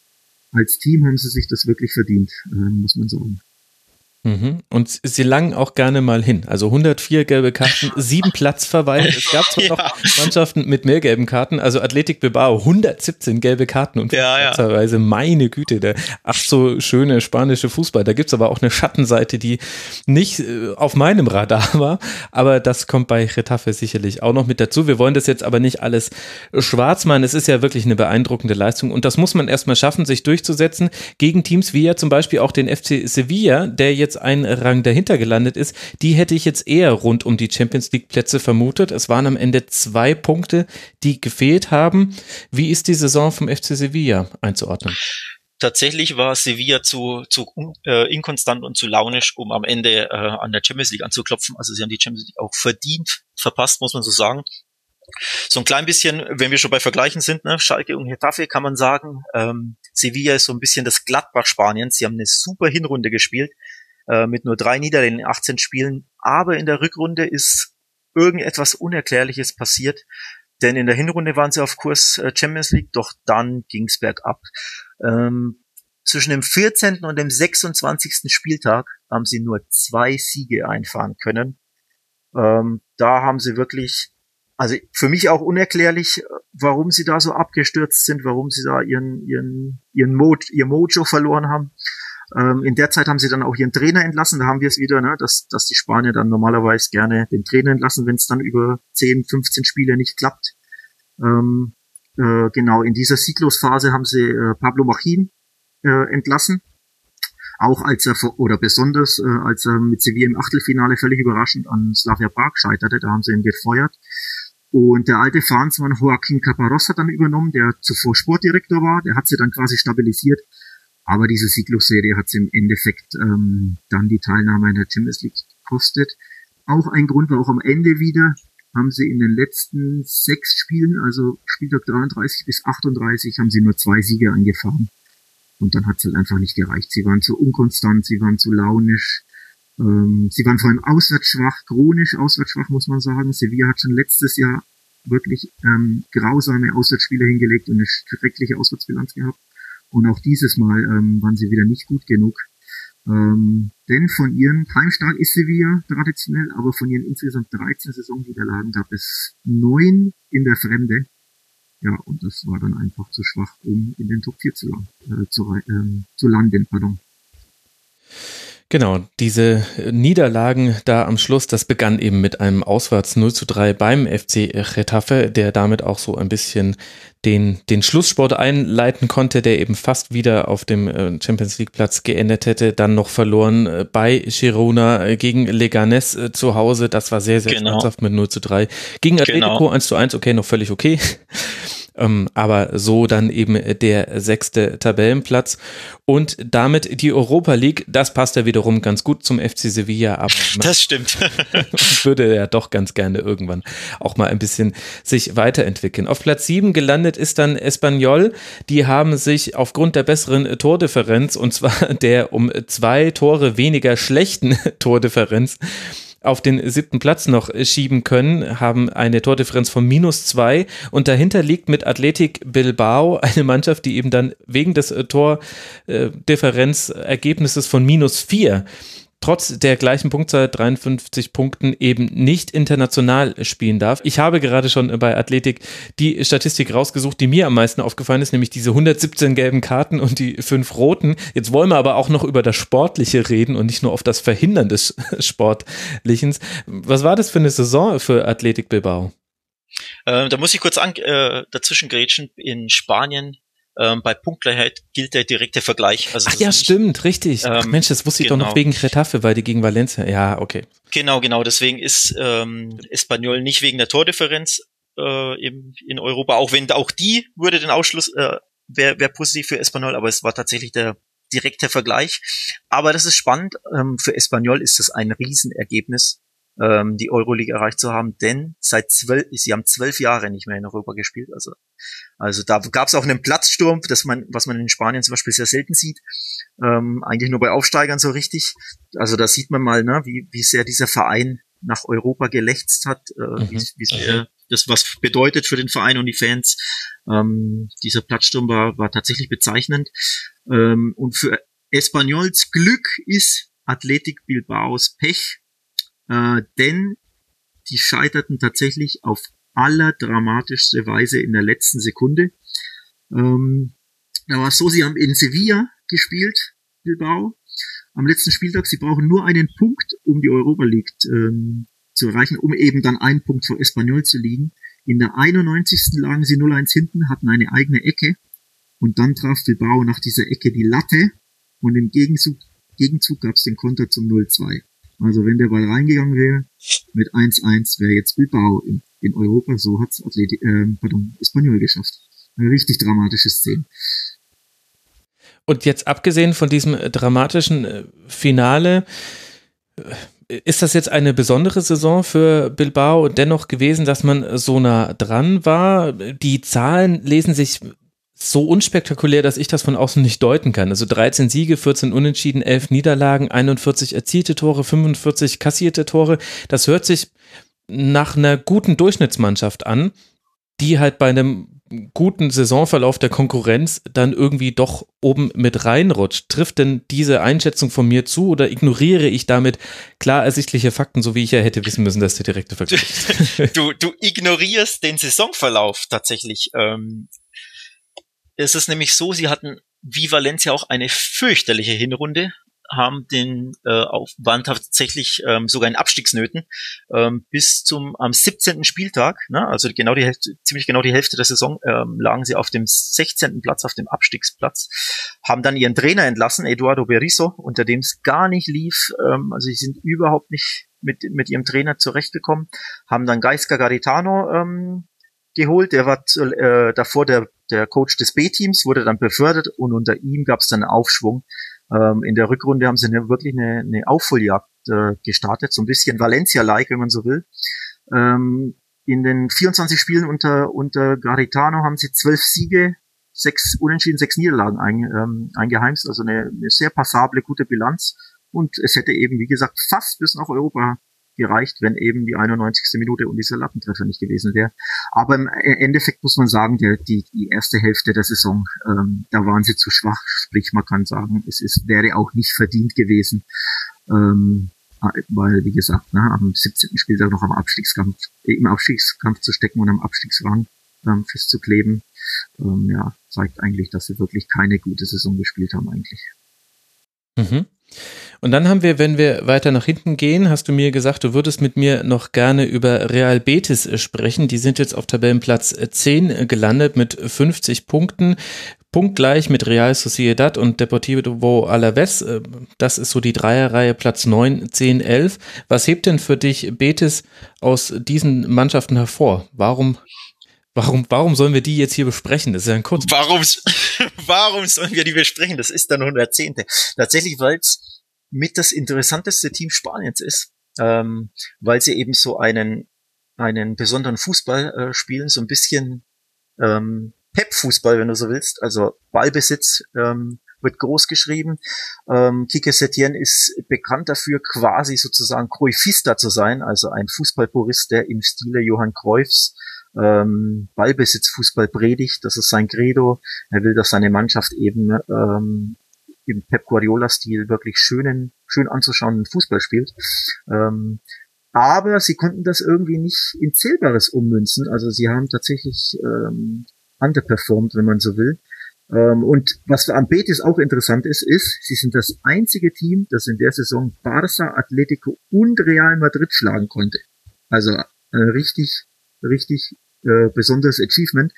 als Team haben sie sich das wirklich verdient, äh, muss man sagen.
Mhm. Und sie langen auch gerne mal hin. Also hundertvier gelbe Karten, sieben Platzverweise. Es gab zwar ja. noch Mannschaften mit mehr gelben Karten, also Athletic Bilbao, hundertsiebzehn gelbe Karten und
ja,
Platzverweise. Ja. Meine Güte, der ach so schöne spanische Fußball. Da gibt's aber auch eine Schattenseite, die nicht äh, auf meinem Radar war, aber das kommt bei Getafe sicherlich auch noch mit dazu. Wir wollen das jetzt aber nicht alles schwarz machen. Es ist ja wirklich eine beeindruckende Leistung und das muss man erstmal schaffen, sich durchzusetzen gegen Teams wie ja zum Beispiel auch den F C Sevilla, der jetzt ein Rang dahinter gelandet ist, die hätte ich jetzt eher rund um die Champions League Plätze vermutet. Es waren am Ende zwei Punkte, die gefehlt haben. Wie ist die Saison vom F C Sevilla einzuordnen?
Tatsächlich war Sevilla zu, zu äh, inkonstant und zu launisch, um am Ende äh, an der Champions League anzuklopfen. Also sie haben die Champions League auch verdient verpasst, muss man so sagen. So ein klein bisschen, wenn wir schon bei Vergleichen sind, ne, Schalke und Getafe, kann man sagen, ähm, Sevilla ist so ein bisschen das Gladbach Spaniens. Sie haben eine super Hinrunde gespielt. äh, mit nur drei Niederlagen in achtzehn Spielen. Aber in der Rückrunde ist irgendetwas Unerklärliches passiert, denn in der Hinrunde waren sie auf Kurs äh, Champions League, doch dann ging's bergab. Ähm, zwischen dem vierzehnten und dem sechsundzwanzigsten Spieltag haben sie nur zwei Siege einfahren können. Ähm, da haben sie wirklich, also für mich auch unerklärlich, warum sie da so abgestürzt sind, warum sie da ihren ihren ihren Mo, ihr Mojo verloren haben. Ähm, in der Zeit haben sie dann auch ihren Trainer entlassen. Da haben wir es wieder, ne, dass dass die Spanier dann normalerweise gerne den Trainer entlassen, wenn es dann über zehn, fünfzehn Spiele nicht klappt. Ähm, äh, genau, in dieser Sieglosphase haben sie äh, Pablo Machin äh, entlassen. Auch als er, oder besonders, äh, als er mit Sevilla im Achtelfinale völlig überraschend an Slavia Prag scheiterte, da haben sie ihn gefeuert. Und der alte Fahnsmann Joaquín Caparrós hat dann übernommen, der zuvor Sportdirektor war, der hat sie dann quasi stabilisiert. Aber diese Sieglosserie hat sie im Endeffekt ähm, dann die Teilnahme in der Champions League gekostet. Auch ein Grund war auch am Ende wieder, haben sie in den letzten sechs Spielen, also Spieltag dreiunddreißig bis achtunddreißig, haben sie nur zwei Siege eingefahren. Und dann hat es halt einfach nicht gereicht. Sie waren zu unkonstant, sie waren zu launisch, ähm, sie waren vor allem auswärts schwach, chronisch auswärts schwach, muss man sagen. Sevilla hat schon letztes Jahr wirklich ähm, grausame Auswärtsspiele hingelegt und eine schreckliche Auswärtsbilanz gehabt. Und auch dieses Mal ähm, waren sie wieder nicht gut genug. Ähm, denn von ihren, heimstark ist Sevilla traditionell, aber von ihren insgesamt dreizehn Saisonniederlagen gab es neun in der Fremde. Ja, und das war dann einfach zu schwach, um in den Top vier zu, äh, zu, äh, zu landen. Pardon.
Genau, diese Niederlagen da am Schluss, das begann eben mit einem Auswärts null zu drei beim F C Getafe, der damit auch so ein bisschen den, den Schlusssport einleiten konnte, der eben fast wieder auf dem Champions League Platz geendet hätte, dann noch verloren bei Girona gegen Leganés zu Hause, das war sehr, sehr
genau.
schmerzhaft mit null zu drei. Gegen Atletico genau. eins zu eins, okay, noch völlig okay. Ähm, aber so dann eben der sechste Tabellenplatz und damit die Europa League, das passt ja wiederum ganz gut zum F C Sevilla, aber
das stimmt.
würde ja doch ganz gerne irgendwann auch mal ein bisschen sich weiterentwickeln. Auf Platz sieben gelandet ist dann Espanyol, die haben sich aufgrund der besseren Tordifferenz, und zwar der um zwei Tore weniger schlechten Tordifferenz, auf den siebten Platz noch schieben können, haben eine Tordifferenz von minus zwei und dahinter liegt mit Athletic Bilbao eine Mannschaft, die eben dann wegen des Tordifferenzergebnisses von minus vier trotz der gleichen Punktzahl, dreiundfünfzig Punkten, eben nicht international spielen darf. Ich habe gerade schon bei Athletic die Statistik rausgesucht, die mir am meisten aufgefallen ist, nämlich diese hundertsiebzehn gelben Karten und die fünf roten. Jetzt wollen wir aber auch noch über das Sportliche reden und nicht nur auf das Verhindern des Sportlichen. Was war das für eine Saison für Athletic Bilbao?
Äh, da muss ich kurz an, äh, dazwischen grätschen. In Spanien Ähm, bei Punktgleichheit gilt der direkte Vergleich. Also
Ach ja, nicht, stimmt, richtig. Ach ähm, Mensch, das wusste ich genau. doch noch wegen Getafe, weil die gegen Valencia, ja, okay.
Genau, genau, deswegen ist ähm, Espanyol nicht wegen der Tordifferenz äh, im, in Europa, auch wenn auch die würde den Ausschluss, äh, wäre wär positiv für Espanyol, aber es war tatsächlich der direkte Vergleich. Aber das ist spannend, ähm, für Espanyol ist das ein Riesenergebnis, ähm, die Euroleague erreicht zu haben, denn seit zwölf, sie haben zwölf Jahre nicht mehr in Europa gespielt, also Also da gab es auch einen Platzsturm, das man, was man in Spanien zum Beispiel sehr selten sieht, ähm, eigentlich nur bei Aufsteigern so richtig. Also da sieht man mal, ne, wie, wie sehr dieser Verein nach Europa gelächzt hat, äh, mhm. wie, wie sehr das was bedeutet für den Verein und die Fans. Ähm, dieser Platzsturm war, war tatsächlich bezeichnend. Ähm, und für Espanyols Glück ist Athletic Bilbaos Pech, äh, denn die scheiterten tatsächlich auf allerdramatischste Weise in der letzten Sekunde. Ähm, da war es so, sie haben in Sevilla gespielt, Bilbao, am letzten Spieltag. Sie brauchen nur einen Punkt, um die Europa League ähm, zu erreichen, um eben dann einen Punkt vor Espanyol zu liegen. In der einundneunzigsten lagen sie null eins hinten, hatten eine eigene Ecke und dann traf Bilbao nach dieser Ecke die Latte und im Gegenzug, Gegenzug gab es den Konter zum null zwei. Also wenn der Ball reingegangen wäre, mit eins eins wäre jetzt Bilbao in, in Europa, so hat's Athletic, äh, pardon, Espanyol geschafft. Eine richtig dramatische Szene.
Und jetzt abgesehen von diesem dramatischen Finale, ist das jetzt eine besondere Saison für Bilbao dennoch gewesen, dass man so nah dran war? Die Zahlen lesen sich so unspektakulär, dass ich das von außen nicht deuten kann. Also dreizehn Siege, vierzehn Unentschieden, elf Niederlagen, einundvierzig erzielte Tore, fünfundvierzig kassierte Tore. Das hört sich nach einer guten Durchschnittsmannschaft an, die halt bei einem guten Saisonverlauf der Konkurrenz dann irgendwie doch oben mit reinrutscht. Trifft denn diese Einschätzung von mir zu oder ignoriere ich damit klar ersichtliche Fakten, so wie ich ja hätte wissen müssen, dass der direkte Vergleich ist?
Du, du ignorierst den Saisonverlauf tatsächlich. Ähm, es ist nämlich so, sie hatten wie Valencia auch eine fürchterliche Hinrunde, haben den äh, auf, waren tatsächlich ähm, sogar in Abstiegsnöten ähm, bis zum am siebzehnten Spieltag, ne, also genau die Hälfte, ziemlich genau die Hälfte der Saison ähm, lagen sie auf dem sechzehnten Platz, auf dem Abstiegsplatz, haben dann ihren Trainer entlassen, Eduardo Berizzo, unter dem es gar nicht lief, ähm, also sie sind überhaupt nicht mit mit ihrem Trainer zurechtgekommen, haben dann Gaisca Garitano ähm, geholt, der war äh, davor der der Coach des B-Teams, wurde dann befördert und unter ihm gab es dann einen Aufschwung. Ähm, in der Rückrunde haben sie eine, wirklich eine, eine Aufholjagd äh, gestartet, so ein bisschen Valencia-like, wenn man so will. Ähm, in den vierundzwanzig Spielen unter unter Garitano haben sie zwölf Siege, sechs Unentschieden, sechs Niederlagen ein, ähm, eingeheimst, also eine, eine sehr passable, gute Bilanz. Und es hätte eben, wie gesagt, fast bis nach Europa gereicht, wenn eben die einundneunzigste Minute und dieser Lappentreffer nicht gewesen wäre. Aber im Endeffekt muss man sagen, der, die, die erste Hälfte der Saison, ähm, da waren sie zu schwach. Sprich, man kann sagen, es ist, wäre auch nicht verdient gewesen, ähm, weil, wie gesagt, ne, am siebzehnten Spieltag noch am Abstiegskampf, im Abstiegskampf zu stecken und am Abstiegsrang ähm, festzukleben, ähm, ja, zeigt eigentlich, dass sie wirklich keine gute Saison gespielt haben eigentlich.
Mhm. Und dann haben wir, wenn wir weiter nach hinten gehen, hast du mir gesagt, du würdest mit mir noch gerne über Real Betis sprechen. Die sind jetzt auf Tabellenplatz zehn gelandet mit fünfzig Punkten. Punktgleich mit Real Sociedad und Deportivo Alavés. Das ist so die Dreierreihe, Platz neun, zehn, elf. Was hebt denn für dich Betis aus diesen Mannschaften hervor? Warum Warum, warum sollen wir die jetzt hier besprechen? Das ist ja ein kurz.
Warum, warum sollen wir die besprechen? Das ist dann hundertzehnte. Tatsächlich, weil es mit das interessanteste Team Spaniens ist, ähm, weil sie eben so einen einen besonderen Fußball äh, spielen, so ein bisschen ähm, Pep-Fußball, wenn du so willst. Also Ballbesitz ähm, wird groß geschrieben. Ähm, Quique Setién ist bekannt dafür, quasi sozusagen Cruyffista zu sein, also ein Fußballpurist, der im Stile Johann Cruyffs ähm, Ballbesitzfußball predigt. Das ist sein Credo. Er will, dass seine Mannschaft eben ähm, im Pep Guardiola-Stil wirklich schönen, schön anzuschauenden Fußball spielt. Ähm, aber sie konnten das irgendwie nicht in Zählbares ummünzen. Also sie haben tatsächlich ähm, underperformed, wenn man so will. Ähm, und was für am Betis auch interessant ist, ist, sie sind das einzige Team, das in der Saison Barça, Atletico und Real Madrid schlagen konnte. Also äh, richtig richtig äh, besonderes Achievement.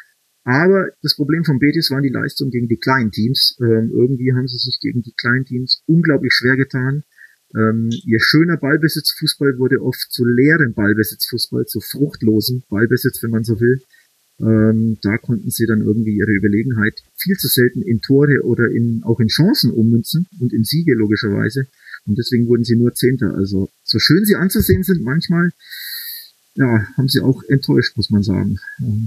Aber das Problem von Betis waren die Leistungen gegen die kleinen Teams. Ähm, irgendwie haben sie sich gegen die kleinen Teams unglaublich schwer getan. Ähm, ihr schöner Ballbesitzfußball wurde oft zu leeren Ballbesitzfußball, zu fruchtlosem Ballbesitz, wenn man so will. Ähm, da konnten sie dann irgendwie ihre Überlegenheit viel zu selten in Tore oder in auch in Chancen ummünzen und in Siege logischerweise. Und deswegen wurden sie nur Zehnter. Also so schön sie anzusehen sind manchmal, ja, haben sie auch enttäuscht, muss man sagen.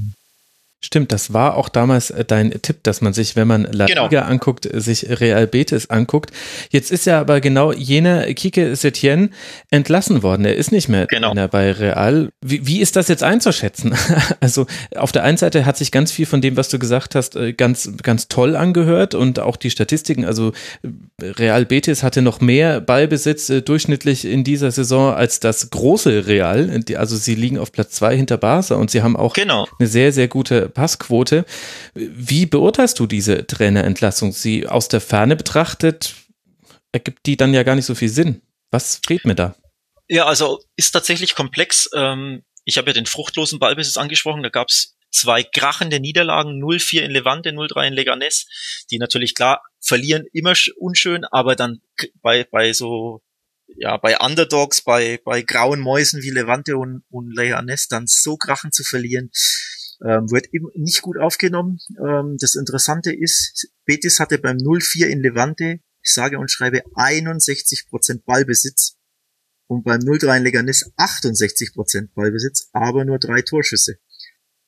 Stimmt, das war auch damals dein Tipp, dass man sich, wenn man La Liga genau. anguckt, sich Real Betis anguckt. Jetzt ist ja aber genau jener Quique Setién entlassen worden. Er ist nicht mehr
genau.
bei Real. Wie, wie ist das jetzt einzuschätzen? Also auf der einen Seite hat sich ganz viel von dem, was du gesagt hast, ganz, ganz toll angehört und auch die Statistiken. Also Real Betis hatte noch mehr Ballbesitz durchschnittlich in dieser Saison als das große Real. Also sie liegen auf Platz zwei hinter Barca und sie haben auch
genau.
eine sehr, sehr gute Passquote. Wie beurteilst du diese Trainerentlassung? Sie aus der Ferne betrachtet, ergibt die dann ja gar nicht so viel Sinn. Was fehlt mir da?
Ja, also ist tatsächlich komplex. Ich habe ja den fruchtlosen Ballbesitz angesprochen. Da gab es zwei krachende Niederlagen, null vier in Levante, null drei in Leganés, die natürlich klar verlieren, immer unschön, aber dann bei bei so ja bei Underdogs, bei bei grauen Mäusen wie Levante und, und Leganés dann so krachen zu verlieren, Ähm, wird eben nicht gut aufgenommen. Ähm, das Interessante ist, Betis hatte beim null vier in Levante, ich sage und schreibe, einundsechzig Prozent Ballbesitz und beim null drei in Leganés achtundsechzig Prozent Ballbesitz, aber nur drei Torschüsse.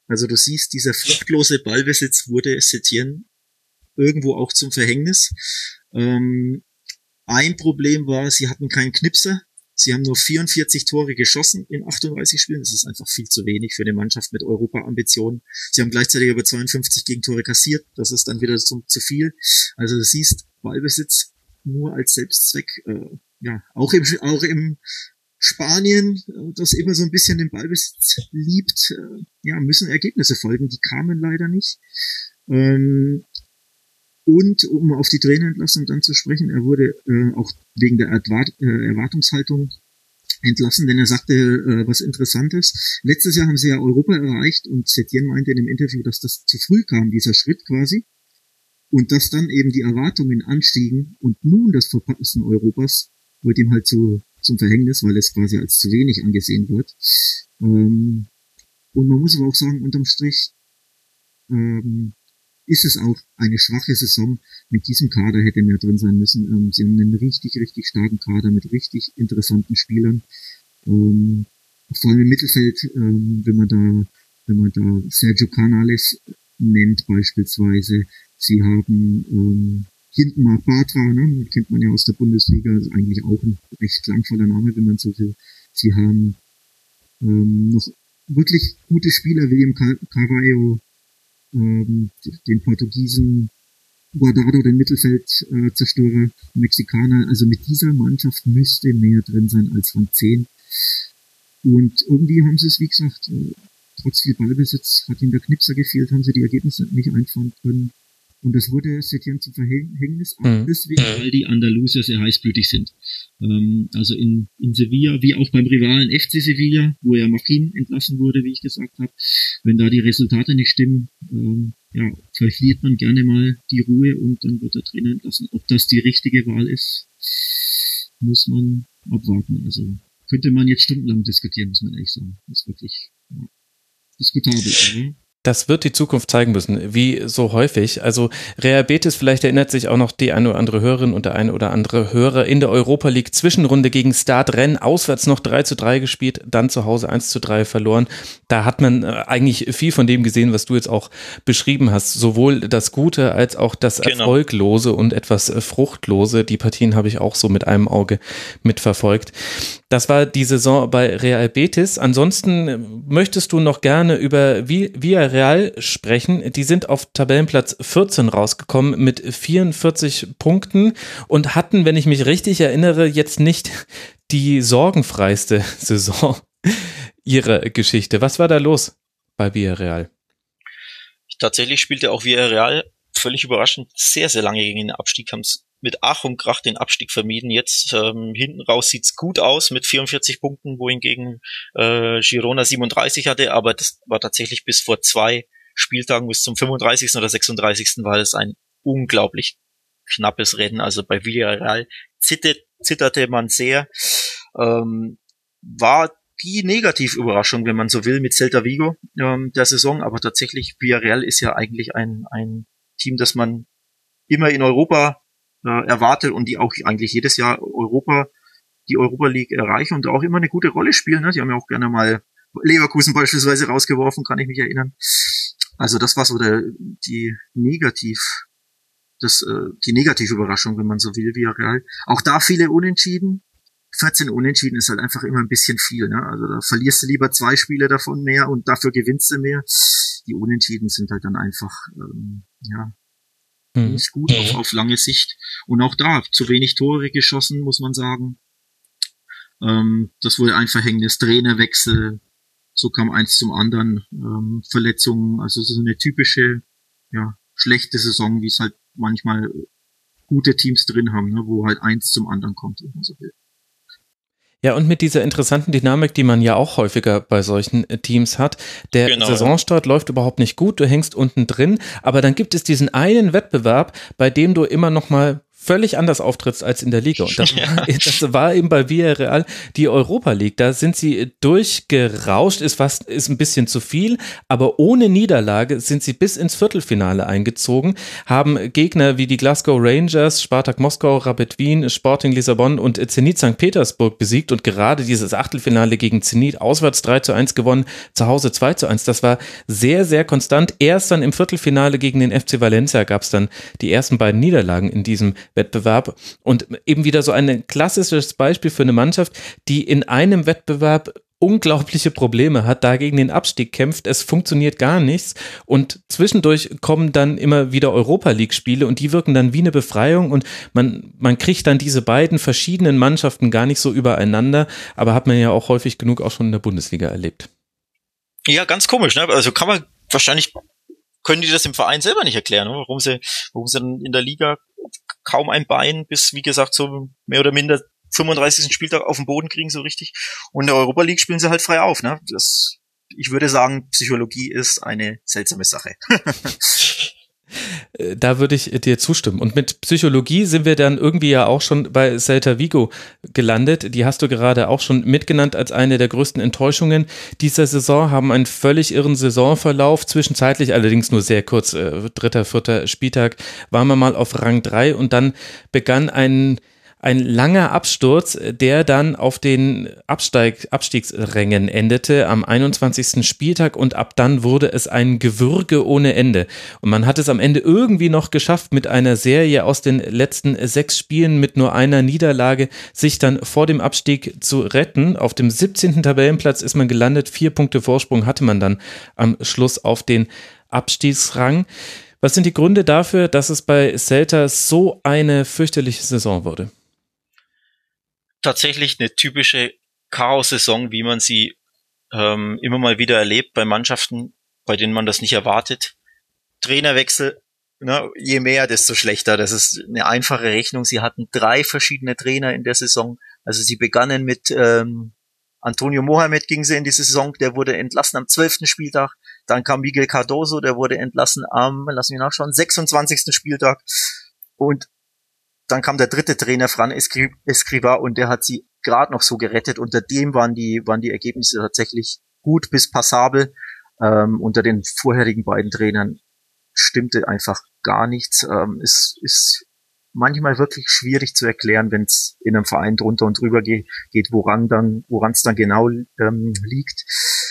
Also du siehst, dieser fruchtlose Ballbesitz wurde Setien irgendwo auch zum Verhängnis. Ähm, ein Problem war, sie hatten keinen Knipser. Sie haben nur vierundvierzig Tore geschossen in achtunddreißig Spielen. Das ist einfach viel zu wenig für eine Mannschaft mit Europa-Ambitionen. Sie haben gleichzeitig über zweiundfünfzig Gegentore kassiert. Das ist dann wieder zu, zu viel. Also du siehst, Ballbesitz nur als Selbstzweck. Äh, ja, auch im, auch im Spanien, das immer so ein bisschen den Ballbesitz liebt, äh, ja, müssen Ergebnisse folgen. Die kamen leider nicht. Ähm, Und um auf die Trainerentlassung dann zu sprechen, er wurde äh, auch wegen der Erwart- äh, Erwartungshaltung entlassen, denn er sagte äh, was Interessantes. Letztes Jahr haben sie ja Europa erreicht und Setien meinte in dem Interview, dass das zu früh kam, dieser Schritt quasi. Und dass dann eben die Erwartungen anstiegen und nun das Verpassen Europas wird ihm halt zu, zum Verhängnis, weil es quasi als zu wenig angesehen wird. Ähm, und man muss aber auch sagen, unterm Strich, ähm, ist es auch eine schwache Saison. Mit diesem Kader hätte mehr drin sein müssen. Ähm, sie haben einen richtig, richtig starken Kader mit richtig interessanten Spielern. Ähm, vor allem im Mittelfeld, ähm, wenn man da, wenn man da Sergio Canales nennt beispielsweise. Sie haben ähm, hinten Marc Bartra, ne, kennt man ja aus der Bundesliga, ist eigentlich auch ein recht klangvoller Name, wenn man so will. Sie haben ähm, noch wirklich gute Spieler, William Car- Carvalho, den Portugiesen Guardado, den Mittelfeldzerstörer, äh, Mexikaner. Also mit dieser Mannschaft müsste mehr drin sein als Rang zehn. Und irgendwie haben sie es, wie gesagt, äh, trotz viel Ballbesitz hat ihnen der Knipser gefehlt, haben sie die Ergebnisse nicht einfahren können. Und das wurde Setien zum Verhängnis,
mhm.
deswegen, weil die Andalusier sehr heißblütig sind. Ähm, also in, in Sevilla, wie auch beim Rivalen F C Sevilla, wo ja Machin entlassen wurde, wie ich gesagt habe, wenn da die Resultate nicht stimmen, ähm, ja, verliert man gerne mal die Ruhe und dann wird der Trainer entlassen. Ob das die richtige Wahl ist, muss man abwarten. Also könnte man jetzt stundenlang diskutieren, muss man ehrlich sagen. Das ist wirklich ja, diskutabel, oder?
Das wird die Zukunft zeigen müssen, wie so häufig. Also Real Betis, vielleicht erinnert sich auch noch die eine oder andere Hörerin und der eine oder andere Hörer in der Europa League Zwischenrunde gegen Stade Rennes, auswärts noch drei zu drei gespielt, dann zu Hause eins zu drei verloren. Da hat man eigentlich viel von dem gesehen, was du jetzt auch beschrieben hast. Sowohl das Gute als auch das genau. Erfolglose und etwas Fruchtlose. Die Partien habe ich auch so mit einem Auge mitverfolgt. Das war die Saison bei Real Betis. Ansonsten möchtest du noch gerne über Villarreal sprechen. Die sind auf Tabellenplatz vierzehn rausgekommen mit vierundvierzig Punkten und hatten, wenn ich mich richtig erinnere, jetzt nicht die sorgenfreiste Saison ihrer Geschichte. Was war da los bei Villarreal?
Tatsächlich spielte auch Villarreal völlig überraschend sehr, sehr lange gegen den Abstieg, haben es mit Ach und Krach den Abstieg vermieden. Jetzt ähm, hinten raus sieht's gut aus mit vierundvierzig Punkten, wohingegen äh, Girona siebenunddreißig hatte, aber das war tatsächlich bis vor zwei Spieltagen, bis zum fünfunddreißigsten oder sechsunddreißigsten war das ein unglaublich knappes Rennen. Also bei Villarreal zittert, zitterte man sehr. Ähm, war die Negativüberraschung, wenn man so will, mit Celta Vigo ähm, der Saison, aber tatsächlich Villarreal ist ja eigentlich ein ein Team, das man immer in Europa äh, erwartet und die auch eigentlich jedes Jahr Europa, die Europa League erreichen und auch immer eine gute Rolle spielen. Ne? Die haben ja auch gerne mal Leverkusen beispielsweise rausgeworfen, kann ich mich erinnern. Also das war so der, die Negativ, das, äh, die Negativüberraschung, wenn man so will, Villarreal. Auch da viele Unentschieden. vierzehn Unentschieden ist halt einfach immer ein bisschen viel. Ne? Also da verlierst du lieber zwei Spiele davon mehr und dafür gewinnst du mehr. Die Unentschieden sind halt dann einfach, ähm, ja, hm. nicht gut auf, auf lange Sicht. Und auch da zu wenig Tore geschossen, muss man sagen. Ähm, das wurde ein Verhängnis. Trainerwechsel, so kam eins zum anderen. Ähm, Verletzungen, also so eine typische, ja, schlechte Saison, wie es halt manchmal gute Teams drin haben, ne? Wo halt eins zum anderen kommt, wenn man so will.
Ja, und mit dieser interessanten Dynamik, die man ja auch häufiger bei solchen Teams hat. Der genau, Saisonstart ja. läuft überhaupt nicht gut, du hängst unten drin, aber dann gibt es diesen einen Wettbewerb, bei dem du immer noch mal völlig anders auftrittst als in der Liga. Und das, ja. war, das war eben bei Villarreal die Europa League. Da sind sie durchgerauscht, ist fast, ist ein bisschen zu viel, aber ohne Niederlage sind sie bis ins Viertelfinale eingezogen, haben Gegner wie die Glasgow Rangers, Spartak Moskau, Rapid Wien, Sporting Lissabon und Zenit Sankt Petersburg besiegt und gerade dieses Achtelfinale gegen Zenit auswärts drei zu eins gewonnen, zu Hause zwei zu eins. Das war sehr, sehr konstant. Erst dann im Viertelfinale gegen den F C Valencia gab es dann die ersten beiden Niederlagen in diesem Wettbewerb und eben wieder so ein klassisches Beispiel für eine Mannschaft, die in einem Wettbewerb unglaubliche Probleme hat, da gegen den Abstieg kämpft, es funktioniert gar nichts und zwischendurch kommen dann immer wieder Europa-League-Spiele und die wirken dann wie eine Befreiung und man, man kriegt dann diese beiden verschiedenen Mannschaften gar nicht so übereinander, aber hat man ja auch häufig genug auch schon in der Bundesliga erlebt.
Ja, ganz komisch, ne? Also kann man wahrscheinlich, können die das im Verein selber nicht erklären, ne? warum sie, warum sie dann in der Liga kaum ein Bein bis, wie gesagt, so mehr oder minder fünfunddreißigsten Spieltag auf den Boden kriegen, so richtig. Und in der Europa League spielen sie halt frei auf, ne? Das, ich würde sagen, Psychologie ist eine seltsame Sache.
Da würde ich dir zustimmen. Und mit Psychologie sind wir dann irgendwie ja auch schon bei Celta Vigo gelandet. Die hast du gerade auch schon mitgenannt als eine der größten Enttäuschungen dieser Saison, haben einen völlig irren Saisonverlauf, zwischenzeitlich allerdings nur sehr kurz, äh, dritter, vierter Spieltag, waren wir mal auf Rang drei und dann begann ein Ein langer Absturz, der dann auf den Absteig, Abstiegsrängen endete am einundzwanzigsten Spieltag und ab dann wurde es ein Gewürge ohne Ende. Und man hat es am Ende irgendwie noch geschafft, mit einer Serie aus den letzten sechs Spielen mit nur einer Niederlage sich dann vor dem Abstieg zu retten. Auf dem siebzehnten Tabellenplatz ist man gelandet, vier Punkte Vorsprung hatte man dann am Schluss auf den Abstiegsrang. Was sind die Gründe dafür, dass es bei Celta so eine fürchterliche Saison wurde?
Tatsächlich eine typische Chaos-Saison, wie man sie ähm, immer mal wieder erlebt bei Mannschaften, bei denen man das nicht erwartet. Trainerwechsel, ne, je mehr, desto schlechter. Das ist eine einfache Rechnung. Sie hatten drei verschiedene Trainer in der Saison. Also sie begannen mit ähm, Antonio Mohamed, ging sie in diese Saison, der wurde entlassen am zwölften Spieltag. Dann kam Miguel Cardoso, der wurde entlassen am, lass mich nachschauen, sechsundzwanzigsten Spieltag. Und dann kam der dritte Trainer, Fran Escrivá, und der hat sie gerade noch so gerettet. Unter dem waren die waren die Ergebnisse tatsächlich gut bis passabel. Ähm, unter den vorherigen beiden Trainern stimmte einfach gar nichts. Ähm, es ist manchmal wirklich schwierig zu erklären, wenn es in einem Verein drunter und drüber geht, geht woran dann woran es dann genau ähm, liegt.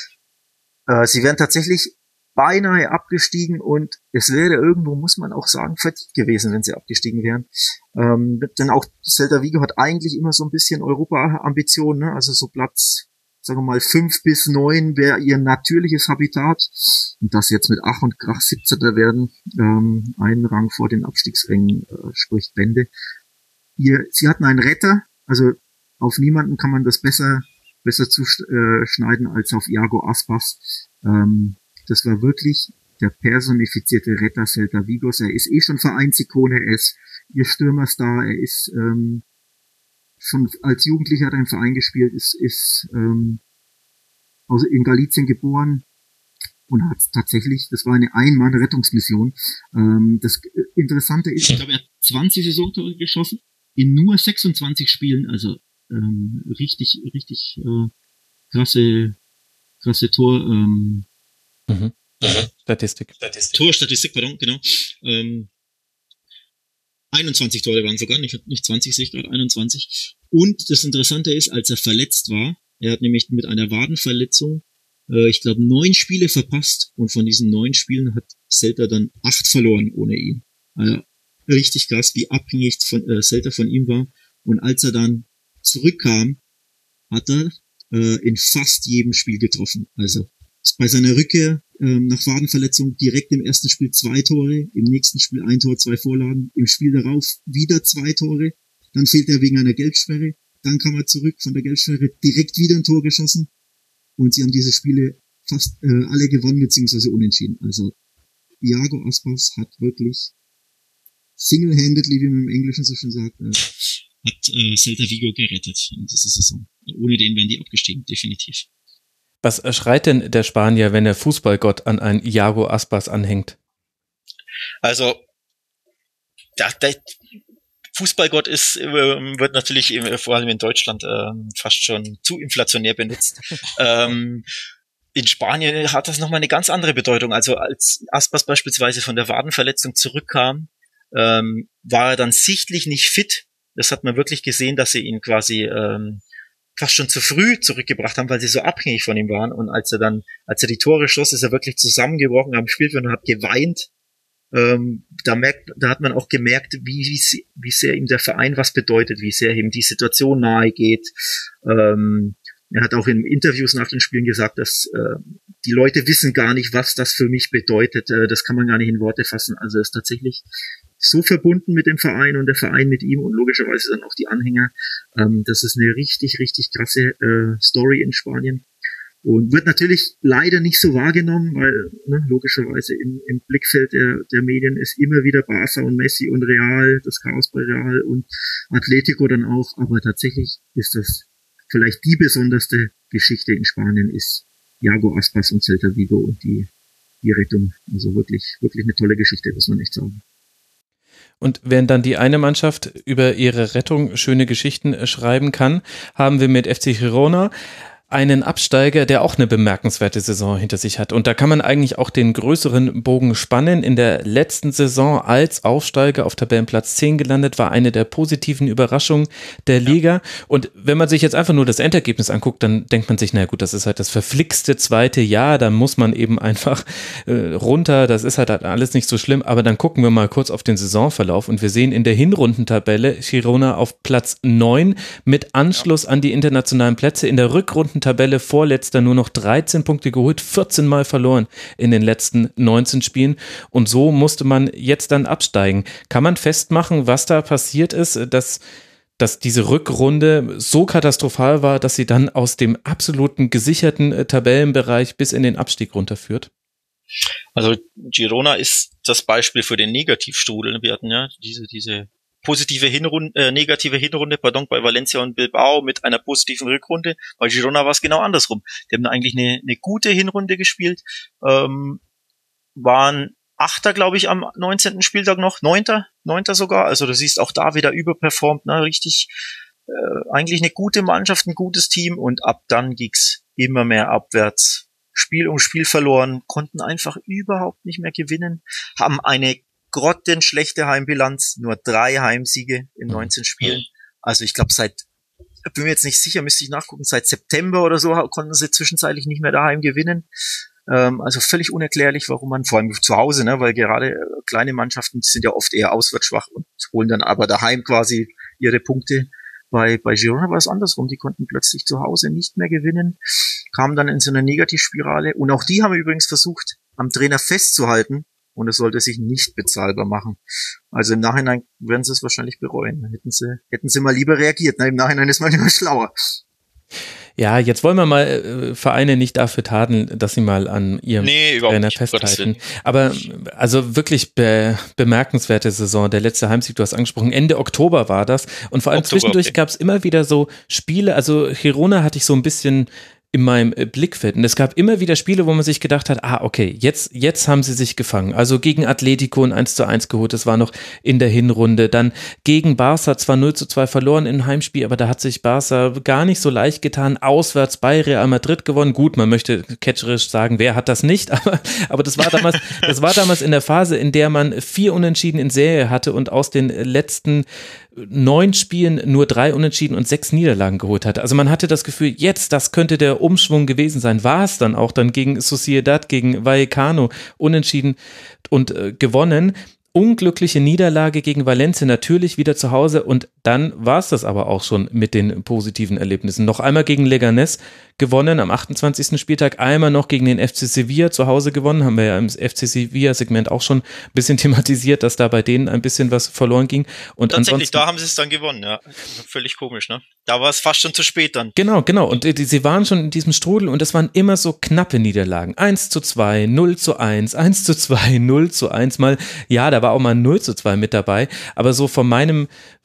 Äh, sie wären tatsächlich beinahe abgestiegen und es wäre irgendwo, muss man auch sagen, verdient gewesen, wenn sie abgestiegen wären. Ähm, denn auch Celta Vigo hat eigentlich immer so ein bisschen Europa-Ambitionen, ne? Also so Platz, sagen wir mal, fünf bis neun wäre ihr natürliches Habitat. Und das jetzt mit Ach und Krach siebzehnter werden, ähm, einen Rang vor den Abstiegsrängen, äh, spricht Bände. Ihr, sie hatten einen Retter, also auf niemanden kann man das besser, besser zuschneiden als auf Iago Aspas. Ähm, Das war wirklich der personifizierte Retter Celta Vigos. Er ist eh schon Vereinsikone, er ist ihr Stürmerstar, er ist ähm, schon als Jugendlicher hat er im Verein gespielt, ist, ist ähm, also in Galicien geboren und hat tatsächlich, das war eine Ein-Mann-Rettungsmission. Ähm, das Interessante ist, ich glaube, er hat zwanzig Saisontore geschossen in nur sechsundzwanzig Spielen, also ähm, richtig, richtig äh, krasse, krasse Tor, ähm,
Mhm. Statistik.
Statistik. Torstatistik, pardon, genau. Ähm, einundzwanzig Tore waren sogar, nicht, nicht zwanzig, sehe ich gerade, einundzwanzig. Und das Interessante ist, als er verletzt war, er hat nämlich mit einer Wadenverletzung, äh, ich glaube, neun Spiele verpasst und von diesen neun Spielen hat Celta dann acht verloren ohne ihn. Also richtig krass, wie abhängig von, äh, Celta von ihm war. Und als er dann zurückkam, hat er äh, in fast jedem Spiel getroffen. Also bei seiner Rückkehr ähm, nach Wadenverletzung direkt im ersten Spiel zwei Tore, im nächsten Spiel ein Tor, zwei Vorlagen, im Spiel darauf wieder zwei Tore, dann fehlt er wegen einer Gelbsperre, dann kam er zurück von der Gelbsperre, direkt wieder ein Tor geschossen und sie haben diese Spiele fast äh, alle gewonnen bzw. unentschieden. Also Iago Aspas hat wirklich single-handedly, wie man im Englischen so schön sagt, äh, hat äh, Celta Vigo gerettet in dieser Saison. Ohne den wären die abgestiegen, definitiv.
Was schreit denn der Spanier, wenn der Fußballgott an einen Iago Aspas anhängt?
Also, da, da, Fußballgott ist, äh, wird natürlich äh, vor allem in Deutschland äh, fast schon zu inflationär benutzt. ähm, in Spanien hat das nochmal eine ganz andere Bedeutung. Also als Aspas beispielsweise von der Wadenverletzung zurückkam, ähm, war er dann sichtlich nicht fit. Das hat man wirklich gesehen, dass sie ihn quasi ähm, fast schon zu früh zurückgebracht haben, weil sie so abhängig von ihm waren. Und als er dann, als er die Tore schoss, ist er wirklich zusammengebrochen am Spielfeld und hat geweint. Ähm, da merkt, da hat man auch gemerkt, wie, wie, wie sehr ihm der Verein was bedeutet, wie sehr ihm die Situation nahe geht. Ähm, er hat auch in Interviews nach den Spielen gesagt, dass äh, die Leute wissen gar nicht, was das für mich bedeutet. Äh, das kann man gar nicht in Worte fassen. Also er ist tatsächlich so verbunden mit dem Verein und der Verein mit ihm und logischerweise dann auch die Anhänger. Ähm, das ist eine richtig, richtig krasse äh, Story in Spanien. Und wird natürlich leider nicht so wahrgenommen, weil ne, logischerweise im, im Blickfeld der, der Medien ist immer wieder Barca und Messi und Real, das Chaos bei Real und Atletico dann auch. Aber tatsächlich ist das vielleicht die besonderste Geschichte in Spanien, ist Iago Aspas und Celta Vigo und die, die Rettung. Also wirklich, wirklich eine tolle Geschichte, muss man echt sagen.
Und während dann die eine Mannschaft über ihre Rettung schöne Geschichten schreiben kann, haben wir mit F C Girona einen Absteiger, der auch eine bemerkenswerte Saison hinter sich hat. Und da kann man eigentlich auch den größeren Bogen spannen. In der letzten Saison als Aufsteiger auf Tabellenplatz zehn gelandet, war eine der positiven Überraschungen der Liga. Ja. Und wenn man sich jetzt einfach nur das Endergebnis anguckt, dann denkt man sich, naja gut, das ist halt das verflixte zweite Jahr, da muss man eben einfach äh, runter, das ist halt, halt alles nicht so schlimm. Aber dann gucken wir mal kurz auf den Saisonverlauf und wir sehen in der Hinrundentabelle Girona auf Platz neun mit Anschluss ja. an die internationalen Plätze. In der Rückrunden Tabelle vorletzter nur noch dreizehn Punkte geholt, vierzehn Mal verloren in den letzten neunzehn Spielen und so musste man jetzt dann absteigen. Kann man festmachen, was da passiert ist, dass, dass diese Rückrunde so katastrophal war, dass sie dann aus dem absoluten gesicherten Tabellenbereich bis in den Abstieg runterführt?
Also Girona ist das Beispiel für den Negativstrudel. Wir hatten ja diese, diese positive Hinrunde, äh, negative Hinrunde, pardon, bei Valencia und Bilbao mit einer positiven Rückrunde. Bei Girona war es genau andersrum. Die haben eigentlich eine, eine gute Hinrunde gespielt, ähm, waren Achter, glaube ich, am neunzehnten Spieltag noch, Neunter, Neunter sogar. Also du siehst auch da wieder überperformt, ne, richtig, äh, eigentlich eine gute Mannschaft, ein gutes Team und ab dann ging's immer mehr abwärts. Spiel um Spiel verloren, konnten einfach überhaupt nicht mehr gewinnen, haben eine grottenschlechte Heimbilanz, nur drei Heimsiege in neunzehn Spielen. Also ich glaube seit, bin mir jetzt nicht sicher, müsste ich nachgucken, seit September oder so konnten sie zwischenzeitlich nicht mehr daheim gewinnen. Ähm, also völlig unerklärlich, warum man, vor allem zu Hause, ne, weil gerade äh, kleine Mannschaften sind ja oft eher auswärtsschwach und holen dann aber daheim quasi ihre Punkte. Bei, bei Girona war es andersrum, die konnten plötzlich zu Hause nicht mehr gewinnen, kamen dann in so eine Negativspirale und auch die haben übrigens versucht, am Trainer festzuhalten. Und es sollte sich nicht bezahlbar machen. Also im Nachhinein werden sie es wahrscheinlich bereuen. Hätten sie, hätten sie mal lieber reagiert. Na, im Nachhinein ist man immer schlauer.
Ja, jetzt wollen wir mal äh, Vereine nicht dafür tadeln, dass sie mal an ihrem
nee,
Trainer festhalten. Aber also wirklich be- bemerkenswerte Saison. Der letzte Heimsieg, du hast angesprochen, Ende Oktober war das. Und vor allem Oktober, zwischendurch okay. gab es immer wieder so Spiele. Also Girona hatte ich so ein bisschen in meinem Blickfeld. Und es gab immer wieder Spiele, wo man sich gedacht hat, ah, okay, jetzt, jetzt haben sie sich gefangen. Also gegen Atletico ein eins zu eins geholt, das war noch in der Hinrunde. Dann gegen Barca zwar null zu zwei verloren im Heimspiel, aber da hat sich Barca gar nicht so leicht getan. Auswärts bei Real Madrid gewonnen. Gut, man möchte catcherisch sagen, wer hat das nicht? Aber, aber das war damals, das war damals in der Phase, in der man vier Unentschieden in Serie hatte und aus den letzten neun Spielen nur drei Unentschieden und sechs Niederlagen geholt hatte. Also man hatte das Gefühl, jetzt, das könnte der Umschwung gewesen sein. War es dann auch dann gegen Sociedad, gegen Vallecano unentschieden und äh, gewonnen. Unglückliche Niederlage gegen Valencia, natürlich wieder zu Hause und dann war es das aber auch schon mit den positiven Erlebnissen. Noch einmal gegen Leganés gewonnen am achtundzwanzigsten Spieltag, einmal noch gegen den F C Sevilla zu Hause gewonnen, haben wir ja im F C Sevilla-Segment auch schon ein bisschen thematisiert, dass da bei denen ein bisschen was verloren ging. Und
tatsächlich, da haben sie es dann gewonnen, ja. Völlig komisch, ne? Da war es fast schon zu spät dann.
Genau, genau. Und die, sie waren schon in diesem Strudel und es waren immer so knappe Niederlagen. eins zu zwei, null zu eins, eins zu zwei, null zu eins mal. Ja, da war auch mal null zu zwei mit dabei. Aber so von meinem, von meiner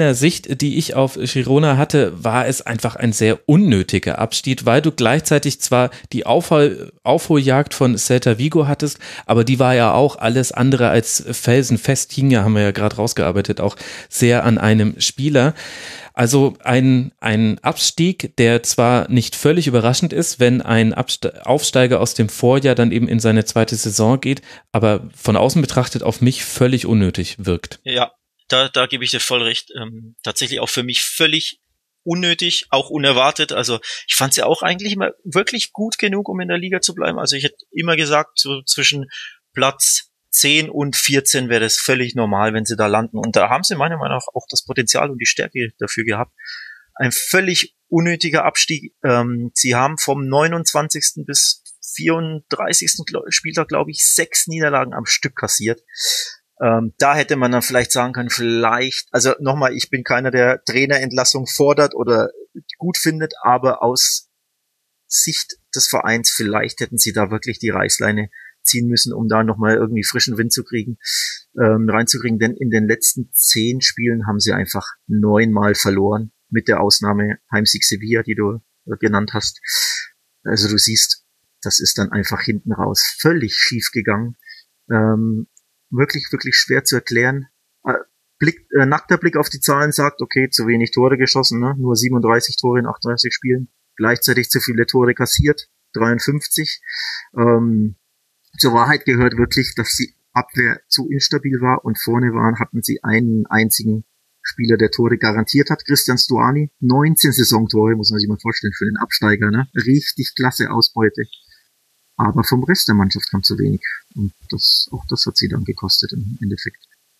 meiner Sicht, die ich auf Girona hatte, war es einfach ein sehr unnötiger Abstieg, weil du gleichzeitig zwar die Aufhol- Aufholjagd von Celta Vigo hattest, aber die war ja auch alles andere als felsenfest, hing ja, haben wir ja gerade rausgearbeitet, auch sehr an einem Spieler. Also ein, ein Abstieg, der zwar nicht völlig überraschend ist, wenn ein Abste- Aufsteiger aus dem Vorjahr dann eben in seine zweite Saison geht, aber von außen betrachtet auf mich völlig unnötig wirkt.
Ja, da, da gebe ich dir voll recht. Ähm, tatsächlich auch für mich völlig unnötig, auch unerwartet. Also ich fand es ja auch eigentlich immer wirklich gut genug, um in der Liga zu bleiben. Also ich hätte immer gesagt, so zwischen Platz zehn und vierzehn wäre das völlig normal, wenn sie da landen. Und da haben sie meiner Meinung nach auch das Potenzial und die Stärke dafür gehabt. Ein völlig unnötiger Abstieg. Ähm, sie haben vom neunundzwanzigsten bis vierunddreißigsten Spieltag, glaube ich, sechs Niederlagen am Stück kassiert. Ähm, da hätte man dann vielleicht sagen können, vielleicht, also nochmal, ich bin keiner, der Trainerentlassung fordert oder gut findet, aber aus Sicht des Vereins, vielleicht hätten sie da wirklich die Reißleine ziehen müssen, um da nochmal irgendwie frischen Wind zu kriegen, ähm, reinzukriegen, denn in den letzten zehn Spielen haben sie einfach neunmal verloren, mit der Ausnahme Heimsieg Sevilla, die du äh, genannt hast. Also du siehst, das ist dann einfach hinten raus völlig schief gegangen, ähm, wirklich, wirklich schwer zu erklären. Äh, Blick, äh, nackter Blick auf die Zahlen sagt, okay, zu wenig Tore geschossen, ne? Nur siebenunddreißig Tore in achtunddreißig Spielen, gleichzeitig zu viele Tore kassiert, dreiundfünfzig. Ähm, Zur Wahrheit gehört wirklich, dass die Abwehr zu instabil war und vorne waren, hatten sie einen einzigen Spieler, der Tore garantiert hat, Christian Stuani, neunzehn Saisontore, muss man sich mal vorstellen, für den Absteiger, ne? Richtig klasse Ausbeute. Aber vom Rest der Mannschaft kam zu wenig. Und das, auch das hat sie dann gekostet im Endeffekt.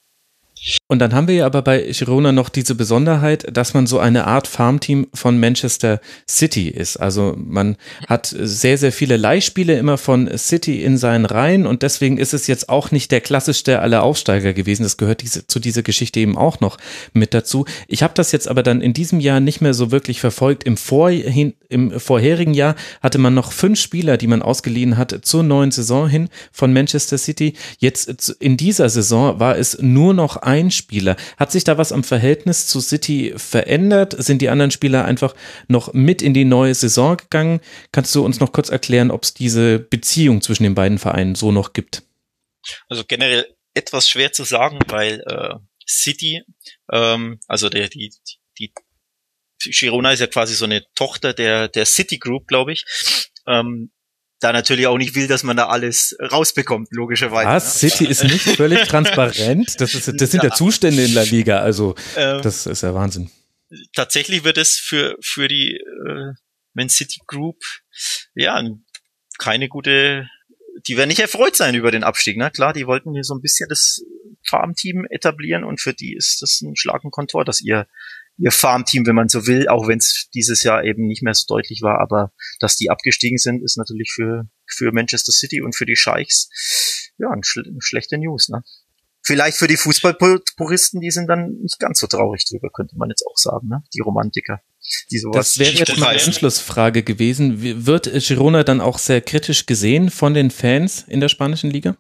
Und dann haben wir ja aber bei Girona noch diese Besonderheit, dass man so eine Art Farmteam von Manchester City ist. Also man hat sehr, sehr viele Leihspiele immer von City in seinen Reihen und deswegen ist es jetzt auch nicht der klassischste aller Aufsteiger gewesen. Das gehört diese, zu dieser Geschichte eben auch noch mit dazu. Ich habe das jetzt aber dann in diesem Jahr nicht mehr so wirklich verfolgt. Im, Vorhin, im vorherigen Jahr hatte man noch fünf Spieler, die man ausgeliehen hat zur neuen Saison hin von Manchester City. Jetzt in dieser Saison war es nur noch ein Spieler. Hat sich da was am Verhältnis zu City verändert? Sind die anderen Spieler einfach noch mit in die neue Saison gegangen? Kannst du uns noch kurz erklären, ob es diese Beziehung zwischen den beiden Vereinen so noch gibt?
Also generell etwas schwer zu sagen, weil äh, City, ähm, also der die die Girona ist ja quasi so eine Tochter der der City Group, glaube ich. Ähm, da natürlich auch nicht will, dass man da alles rausbekommt, logischerweise.
Was? Ne? City ist nicht völlig transparent? Das, ist, das sind ja. ja Zustände in der Liga, also ähm, das ist ja Wahnsinn.
Tatsächlich wird es für für die äh, Man City Group ja keine gute, die werden nicht erfreut sein über den Abstieg, ne? Klar, die wollten hier so ein bisschen das Farmteam etablieren und für die ist das ein Schlag im Kontor, dass ihr ihr Farmteam, wenn man so will, auch wenn es dieses Jahr eben nicht mehr so deutlich war, aber dass die abgestiegen sind, ist natürlich für für Manchester City und für die Scheichs ja eine, schl- eine schlechte News, ne? Vielleicht für die Fußballpuristen, die sind dann nicht ganz so traurig drüber, könnte man jetzt auch sagen, ne? Die Romantiker. Die sowas
das wäre jetzt mal eine Anschlussfrage gewesen. Wird Girona dann auch sehr kritisch gesehen von den Fans in der spanischen Liga?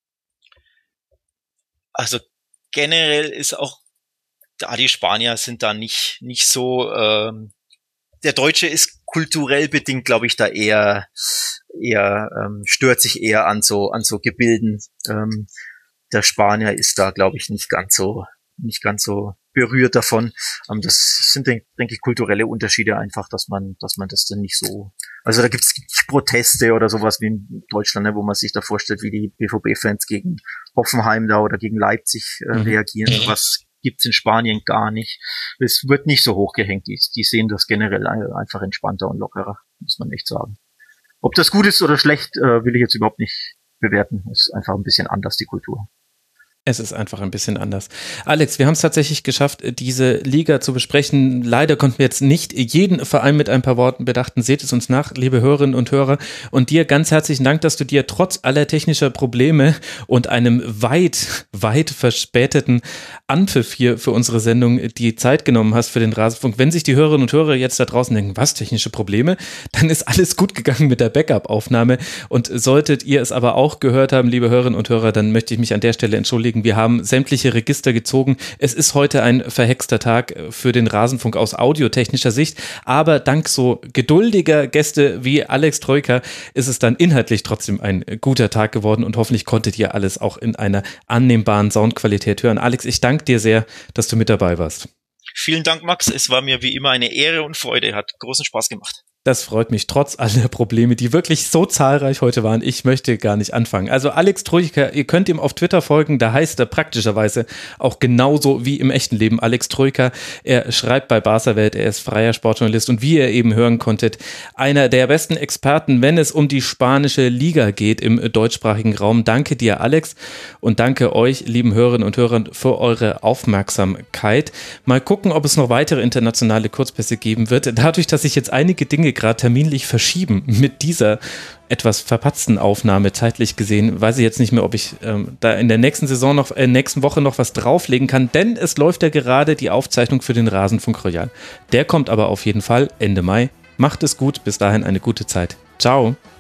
Also generell ist auch da die Spanier sind da nicht nicht so, ähm, der Deutsche ist kulturell bedingt, glaube ich, da eher eher ähm, stört sich eher an so an so Gebilden. Ähm, der Spanier ist da, glaube ich, nicht ganz so nicht ganz so berührt davon. Ähm, das sind, denke denk ich, kulturelle Unterschiede einfach, dass man dass man das dann nicht so, also da gibt's Proteste oder sowas wie in Deutschland, ne, wo man sich da vorstellt, wie die B V B-Fans gegen Hoffenheim da oder gegen Leipzig äh, reagieren, mhm. was gibt's in Spanien gar nicht. Es wird nicht so hochgehängt. Die, die sehen das generell einfach entspannter und lockerer, muss man echt sagen. Ob das gut ist oder schlecht, äh, will ich jetzt überhaupt nicht bewerten. Es ist einfach ein bisschen anders, die Kultur.
Es ist einfach ein bisschen anders. Alex, wir haben es tatsächlich geschafft, diese Liga zu besprechen. Leider konnten wir jetzt nicht jeden Verein mit ein paar Worten bedachten. Seht es uns nach, liebe Hörerinnen und Hörer. Und dir ganz herzlichen Dank, dass du dir trotz aller technischer Probleme und einem weit, weit verspäteten Anpfiff hier für unsere Sendung die Zeit genommen hast für den Rasenfunk. Wenn sich die Hörerinnen und Hörer jetzt da draußen denken, was, technische Probleme? Dann ist alles gut gegangen mit der Backup-Aufnahme. Und solltet ihr es aber auch gehört haben, liebe Hörerinnen und Hörer, dann möchte ich mich an der Stelle entschuldigen, entschuldigen. Wir haben sämtliche Register gezogen. Es ist heute ein verhexter Tag für den Rasenfunk aus audiotechnischer Sicht, aber dank so geduldiger Gäste wie Alex Troika ist es dann inhaltlich trotzdem ein guter Tag geworden und hoffentlich konntet ihr alles auch in einer annehmbaren Soundqualität hören. Alex, ich danke dir sehr, dass du mit dabei warst.
Vielen Dank, Max. Es war mir wie immer eine Ehre und Freude. Hat großen Spaß gemacht.
Das freut mich, trotz aller Probleme, die wirklich so zahlreich heute waren. Ich möchte gar nicht anfangen. Also Alex Troika, ihr könnt ihm auf Twitter folgen, da heißt er praktischerweise auch genauso wie im echten Leben Alex Troika. Er schreibt bei Barca Welt, er ist freier Sportjournalist und wie ihr eben hören konntet, einer der besten Experten, wenn es um die spanische Liga geht im deutschsprachigen Raum. Danke dir, Alex, und danke euch, lieben Hörerinnen und Hörern, für eure Aufmerksamkeit. Mal gucken, ob es noch weitere internationale Kurzpässe geben wird. Dadurch, dass ich jetzt einige Dinge gerade terminlich verschieben mit dieser etwas verpatzten Aufnahme zeitlich gesehen, weiß ich jetzt nicht mehr, ob ich ähm, da in der nächsten Saison noch, äh, nächsten Woche noch was drauflegen kann, denn es läuft ja gerade die Aufzeichnung für den Rasenfunk Royal. Der kommt aber auf jeden Fall Ende Mai. Macht es gut, bis dahin eine gute Zeit. Ciao.